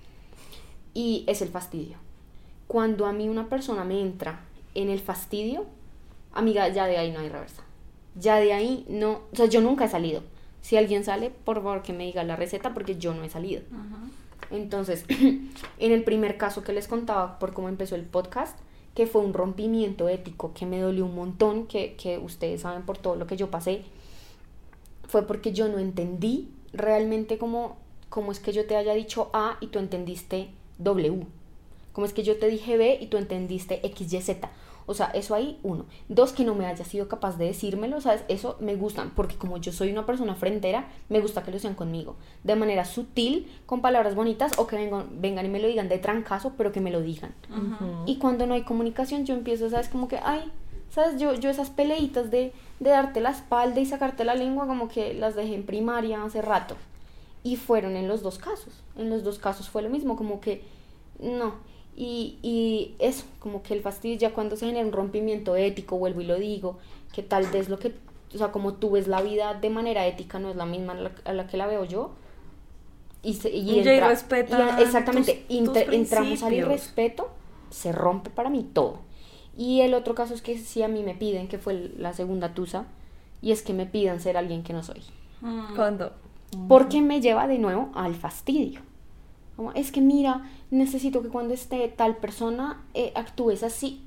Y es el fastidio. Cuando a mí una persona me entra en el fastidio, amiga, ya de ahí no hay reversa. Ya de ahí no, o sea, yo nunca he salido. Si alguien sale, por favor que me diga la receta porque yo no he salido. Uh-huh. Entonces, en el primer caso que les contaba por cómo empezó el podcast, que fue un rompimiento ético que me dolió un montón, que, que ustedes saben por todo lo que yo pasé, fue porque yo no entendí realmente cómo, cómo es que yo te haya dicho A y tú entendiste W. Cómo es que yo te dije B y tú entendiste X Y Z. O sea, eso ahí, uno. Dos, que no me haya sido capaz de decírmelo, ¿sabes? Eso me gusta, porque como yo soy una persona frentera, me gusta que lo sean conmigo. De manera sutil, con palabras bonitas, o que vengan, vengan y me lo digan de trancazo, pero que me lo digan. Ujú. Y cuando no hay comunicación, yo empiezo, ¿sabes? Como que, ay, ¿sabes? Yo, yo esas peleitas de, de darte la espalda y sacarte la lengua, como que las dejé en primaria hace rato. Y fueron en los dos casos. En los dos casos fue lo mismo, como que, no... Y, y eso, como que el fastidio ya cuando se genera un rompimiento ético, vuelvo y lo digo, que tal vez lo que, o sea, como tú ves la vida de manera ética no es la misma a la, a la que la veo yo. Y, se, y, Ya, y entra, respeta y exactamente, tus- inter- tus entramos al principios. irrespeto, se rompe para mí todo. Y el otro caso es que sí a mí me piden, que fue la segunda tusa, y es que me pidan ser alguien que no soy. Mm. Cuando Porque me lleva de nuevo al fastidio. Como, es que mira, necesito que cuando esté tal persona eh, actúes así.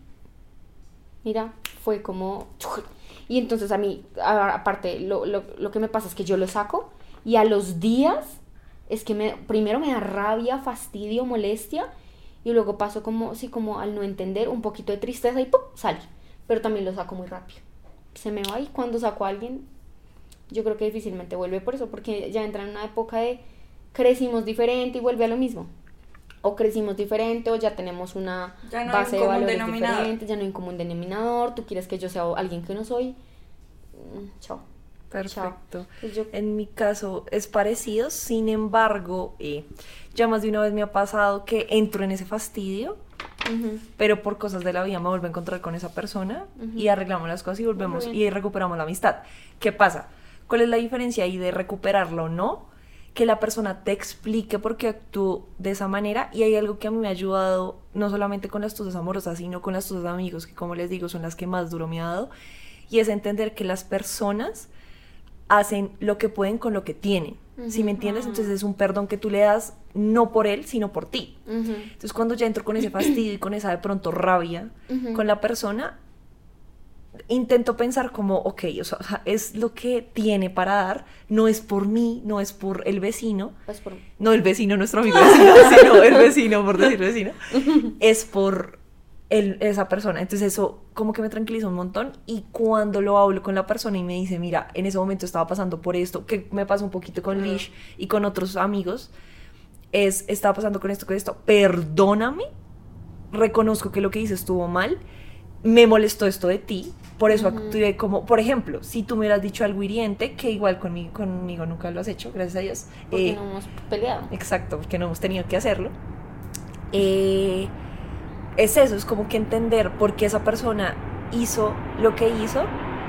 Mira, fue como... Y entonces a mí, a- aparte, lo, lo, lo que me pasa es que yo lo saco y a los días es que me, primero me da rabia, fastidio, molestia y luego paso como, sí, como al no entender, un poquito de tristeza y ¡pum! Sale. Pero también lo saco muy rápido. Se me va y cuando saco a alguien, yo creo que difícilmente vuelve por eso, porque ya entra en una época de crecimos diferente y vuelve a lo mismo. O crecimos diferente o ya tenemos una Ya no hay base un de común valores denominador. diferente, ya no hay un común denominador, tú quieres que yo sea alguien que no soy. Mm, chao. Perfecto. Pues yo- En mi caso es parecido, sin embargo, eh, ya más de una vez me ha pasado que entro en ese fastidio, Ujú. pero por cosas de la vida me vuelvo a encontrar con esa persona Ujú. y arreglamos las cosas y volvemos Muy y bien. recuperamos la amistad. ¿Qué pasa? ¿Cuál es la diferencia ahí de recuperarlo o no? Que la persona te explique por qué actuó de esa manera, y hay algo que a mí me ha ayudado no solamente con las tusas amorosas, sino con las tusas de amigos, que como les digo son las que más duro me ha dado, y es entender que las personas hacen lo que pueden con lo que tienen, ¿sí me entiendes? Entonces es un perdón que tú le das no por él, sino por ti. Ujú. Entonces cuando ya entro con ese fastidio y con esa de pronto rabia Ujú. con la persona, intento pensar como, ok, o sea, es lo que tiene para dar, no es por mí, no es por el vecino, Pues por... no el vecino, nuestro amigo vecino, sino el vecino, por decir vecino, es por el- esa persona. Entonces eso como que me tranquiliza un montón, y cuando lo hablo con la persona y me dice, mira, en ese momento estaba pasando por esto, que me pasa un poquito con Lish y con otros amigos, es, estaba pasando con esto, con esto, perdóname, reconozco que lo que hice estuvo mal, me molestó esto de ti, por eso Ujú. actué como, por ejemplo, si tú me hubieras dicho algo hiriente, que igual conmigo, conmigo nunca lo has hecho, gracias a Dios. Porque eh, no hemos peleado. Exacto, porque no hemos tenido que hacerlo. Eh, es eso, es como que entender por qué esa persona hizo lo que hizo,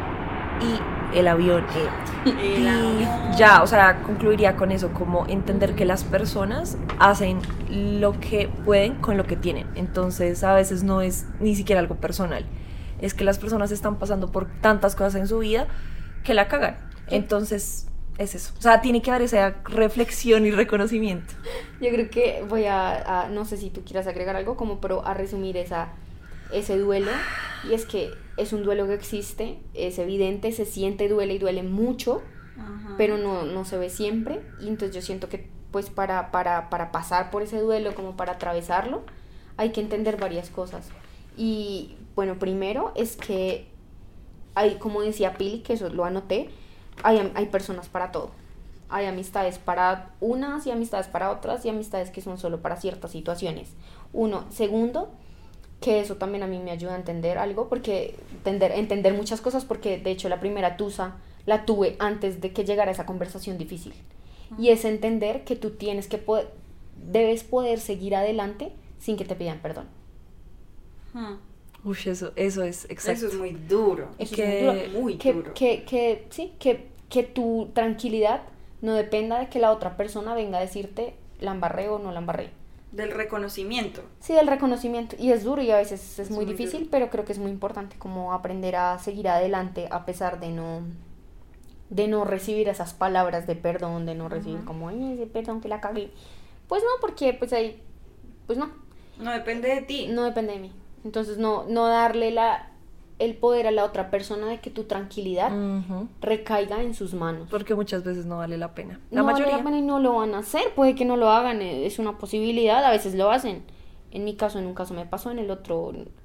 y el avión. eh, El y avión. ya, o sea, concluiría con eso, como entender que las personas hacen lo que pueden con lo que tienen. Entonces, a veces no es ni siquiera algo personal. Es que las personas están pasando por tantas cosas en su vida que la cagan. Entonces, es eso. O sea, tiene que haber esa reflexión y reconocimiento. Yo creo que voy a, a- no sé si tú quieras agregar algo, como pero a resumir esa, ese duelo, y es que es un duelo que existe, es evidente, se siente, duele y duele mucho, Ajá. pero no, no se ve siempre, y entonces yo siento que pues para, para, para pasar por ese duelo, como para atravesarlo, hay que entender varias cosas. Y bueno, primero es que hay, como decía Pili, que eso lo anoté, hay, hay personas para todo. Hay amistades para unas y amistades para otras, y amistades que son solo para ciertas situaciones. Uno. Segundo, que eso también a mí me ayuda a entender algo, porque entender, entender muchas cosas, porque de hecho la primera tusa la tuve antes de que llegara esa conversación difícil. Y es entender que tú tienes que poder, debes poder seguir adelante sin que te pidan perdón. Ajá. Uy, eso, eso es exacto. Eso es muy duro. Eso Que- es muy duro. muy que, duro. Que, que, sí, que, que tu tranquilidad no dependa de que la otra persona venga a decirte la embarré o no la embarré. Del reconocimiento. Sí, del reconocimiento. Y es duro y a veces es, Es muy, muy difícil, duro. pero creo que es muy importante como aprender a seguir adelante a pesar de no de no recibir esas palabras de perdón, de no recibir Ajá. como, ay, ese perdón que la cagué. Pues no, porque pues ahí, pues no, No depende de ti. no depende de mí. Entonces no, no darle la, el poder a la otra persona de que tu tranquilidad Ujú. recaiga en sus manos. Porque muchas veces no vale la pena. La No vale mayoría. la pena y no lo van a hacer, puede que no lo hagan, eh, es una posibilidad, a veces lo hacen. En mi caso, en un caso me pasó, en el otro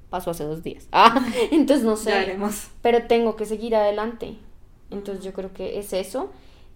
pasó hace dos días. Ah, entonces no sé. Ya haremos. Pero tengo que seguir adelante. Entonces yo creo que es eso.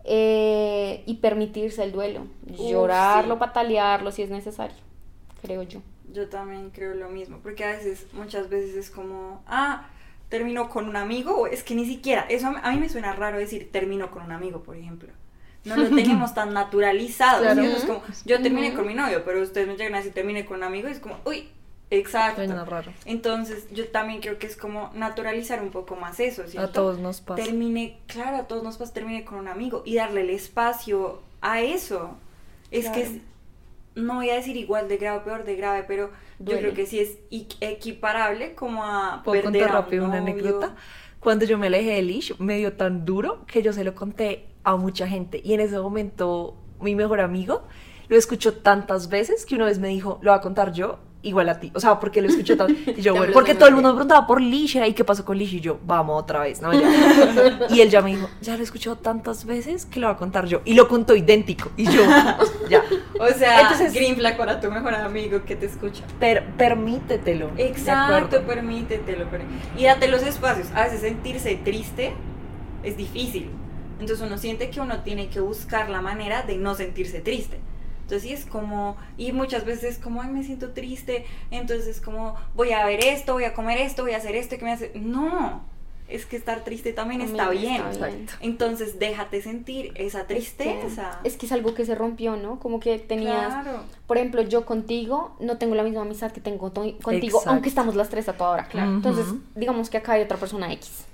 Eh, y permitirse el duelo. Uf, Llorarlo, sí. patalearlo si es necesario. Creo yo. Yo también creo lo mismo, porque a veces, muchas veces es como, ah, terminó con un amigo, o es que ni siquiera, eso a mí- a mí me suena raro decir terminó con un amigo, por ejemplo. No lo tenemos tan naturalizado, Claro. ¿sí? Es como, yo terminé Ujú. con mi novio, pero ustedes me llegan a decir terminé con un amigo y es como, uy, exacto. Suena raro. Entonces, yo también creo que es como naturalizar un poco más eso, ¿cierto? A todos nos pasa. Terminé, claro, a todos nos pasa, terminé con un amigo y darle el espacio a eso. Es que es, Claro. no voy a decir igual de grave o peor de grave, pero yo Duele. creo que sí es i- equiparable como a ¿Puedo perder contar a un rápido una novio. anécdota? Cuando yo me alejé de Lish, me dio tan duro que yo se lo conté a mucha gente. Y en ese momento, mi mejor amigo lo escuchó tantas veces que una vez me dijo, lo voy a contar yo, igual a ti. O sea, porque lo escuchó tanto. Y yo, Ya me bueno, lo porque sé todo el muy mundo me bien. preguntaba por Lish, ¿y qué pasó con Lish? Y yo, vamos otra vez, ¿no? Ya. Y él ya me dijo, ya lo he escuchado tantas veces que lo voy a contar yo. Y lo contó idéntico. Y yo, ya. O sea, Entonces- green flag para tu mejor amigo que te escucha. Per- permítetelo. ¿de Exacto, acuerdo? permítetelo. per- Y date los espacios. A veces sentirse triste es difícil. Entonces uno siente que uno tiene que buscar la manera de no sentirse triste. Entonces sí es como, y muchas veces es como, ay, me siento triste, entonces es como, voy a ver esto, voy a comer esto, voy a hacer esto, que me hace... No, es que estar triste también, También está bien. está bien. Exacto. Entonces déjate sentir esa tristeza. Es que es algo que se rompió, ¿no? Como que tenías, Claro. por ejemplo, yo contigo no tengo la misma amistad que tengo to- contigo, Exacto. aunque estamos las tres a toda hora. Claro. Entonces, Ujú. digamos que acá hay otra persona X.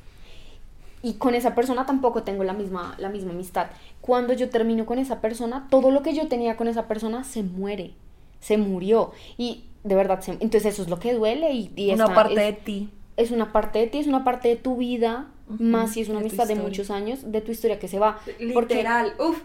Y con esa persona tampoco tengo la misma, la misma amistad. Cuando yo termino con esa persona, todo lo que yo tenía con esa persona se muere, se murió. Y de verdad, se- entonces eso es lo que duele. Y, y Una esta parte es, de ti. es una parte de ti, es una parte de tu vida, Ujú, más si es una de tu amistad de historia. muchos años, de tu historia que se va. Porque Literal, uf.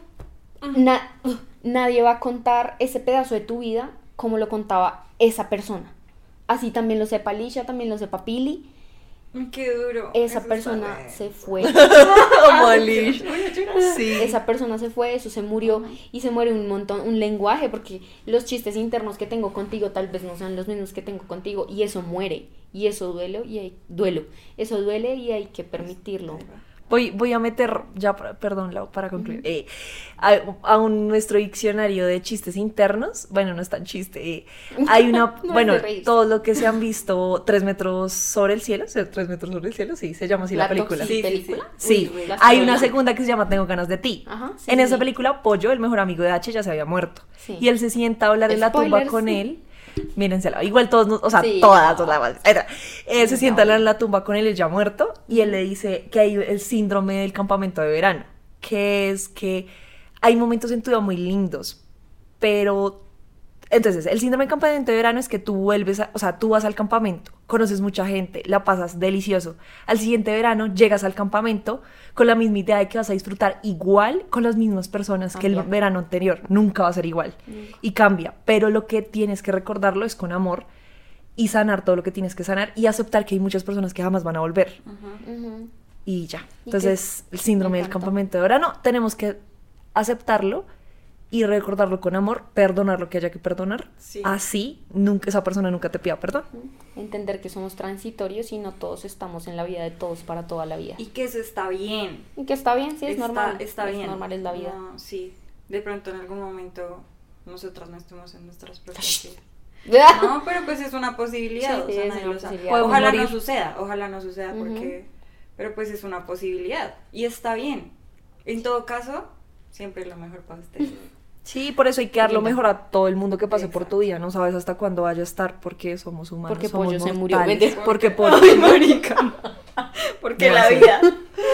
na- nadie va a contar ese pedazo de tu vida como lo contaba esa persona. Así también lo sepa Alicia, también lo sepa Pili. Qué duro. Esa Eso persona está bien. se fue. Como Lish. Voy a llorar. Sí. Esa persona se fue, eso se murió y se muere un montón, un lenguaje, porque los chistes internos que tengo contigo tal vez no sean los mismos que tengo contigo y eso muere y eso duele y hay, duelo, eso duele y hay que permitirlo. Voy, voy a meter, ya, para- perdón, Lau, para concluir, eh, a, a un, nuestro diccionario de chistes internos. Bueno, no es tan chiste. eh, hay una, No es bueno, de reírse. todo lo que se han visto, Tres metros sobre el cielo, ¿sí? Tres metros sobre el cielo, sí, se llama así la, película. toxi- Sí, sí, película. Sí, Uy, la hay secuela. una segunda que se llama Tengo ganas de ti. Ajá, sí, en sí, esa sí. película, Pollo, el mejor amigo de H, ya se había muerto. Sí. Y él se sienta a hablar en la tumba Spoilers. con él. Mírensela, igual todos, nos- o sea, Sí. todas, todas, era, eh, se Sí, sienta a no. hablar en la tumba con él, él ya muerto, y él le dice que hay el síndrome del campamento de verano, que es que hay momentos en tu vida muy lindos, pero entonces el síndrome del campamento de verano es que tú vuelves, a- o sea, tú vas al campamento, conoces mucha gente, la pasas delicioso, al siguiente verano llegas al campamento con la misma idea de que vas a disfrutar igual con las mismas personas que el Cambia. verano anterior, nunca va a ser igual Nunca. y cambia, pero lo que tienes que recordarlo es con amor y sanar todo lo que tienes que sanar y aceptar que hay muchas personas que jamás van a volver Ujú. Ujú. y ya. Y Entonces, que- el síndrome me del encantó. campamento de verano, tenemos que aceptarlo y recordarlo con amor, perdonar lo que haya que perdonar. Sí. Así, nunca, esa persona nunca te pida perdón. Entender que somos transitorios y no todos estamos en la vida de todos para toda la vida. Y que eso está bien. Y que está bien, sí, es está, normal. Está es bien. normal, es la vida. No, sí. De pronto en algún momento nosotras no estemos en nuestras propias vidas. No, pero pues es una posibilidad. Sí, o sí, sea, es nadie una lo sabe. posibilidad. Ojalá Podemos no morir. suceda, ojalá no suceda Ujú. porque... Pero pues es una posibilidad. Y está bien. En todo caso, siempre es lo mejor para ustedes. Sí, por eso hay que dar lo Linda. mejor a todo el mundo que pase por Exacto. tu vida. No sabes hasta cuándo vaya a estar porque somos humanos. Porque somos Pollo se murió, mortales. vete. Porque Pollo Ay, marica. Porque No, la sí. vida.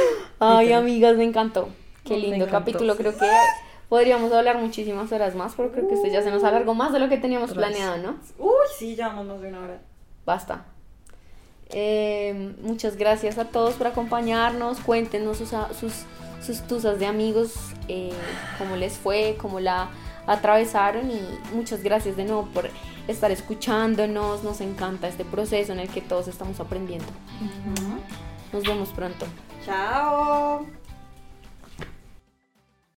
Ay, Literal. amigas, me encantó. Qué Me lindo encantó. capítulo. Creo que podríamos hablar muchísimas horas más, pero creo que este ya se nos alargó más de lo que teníamos Otras. planeado, ¿no? Uy, sí, llevamos más de una hora. Basta. Eh, muchas gracias a todos por acompañarnos. Cuéntenos sus, sus, sus tusas de amigos, eh, cómo les fue, cómo la atravesaron. Y muchas gracias de nuevo por estar escuchándonos. Nos encanta este proceso en el que todos estamos aprendiendo. Nos vemos pronto. Chao.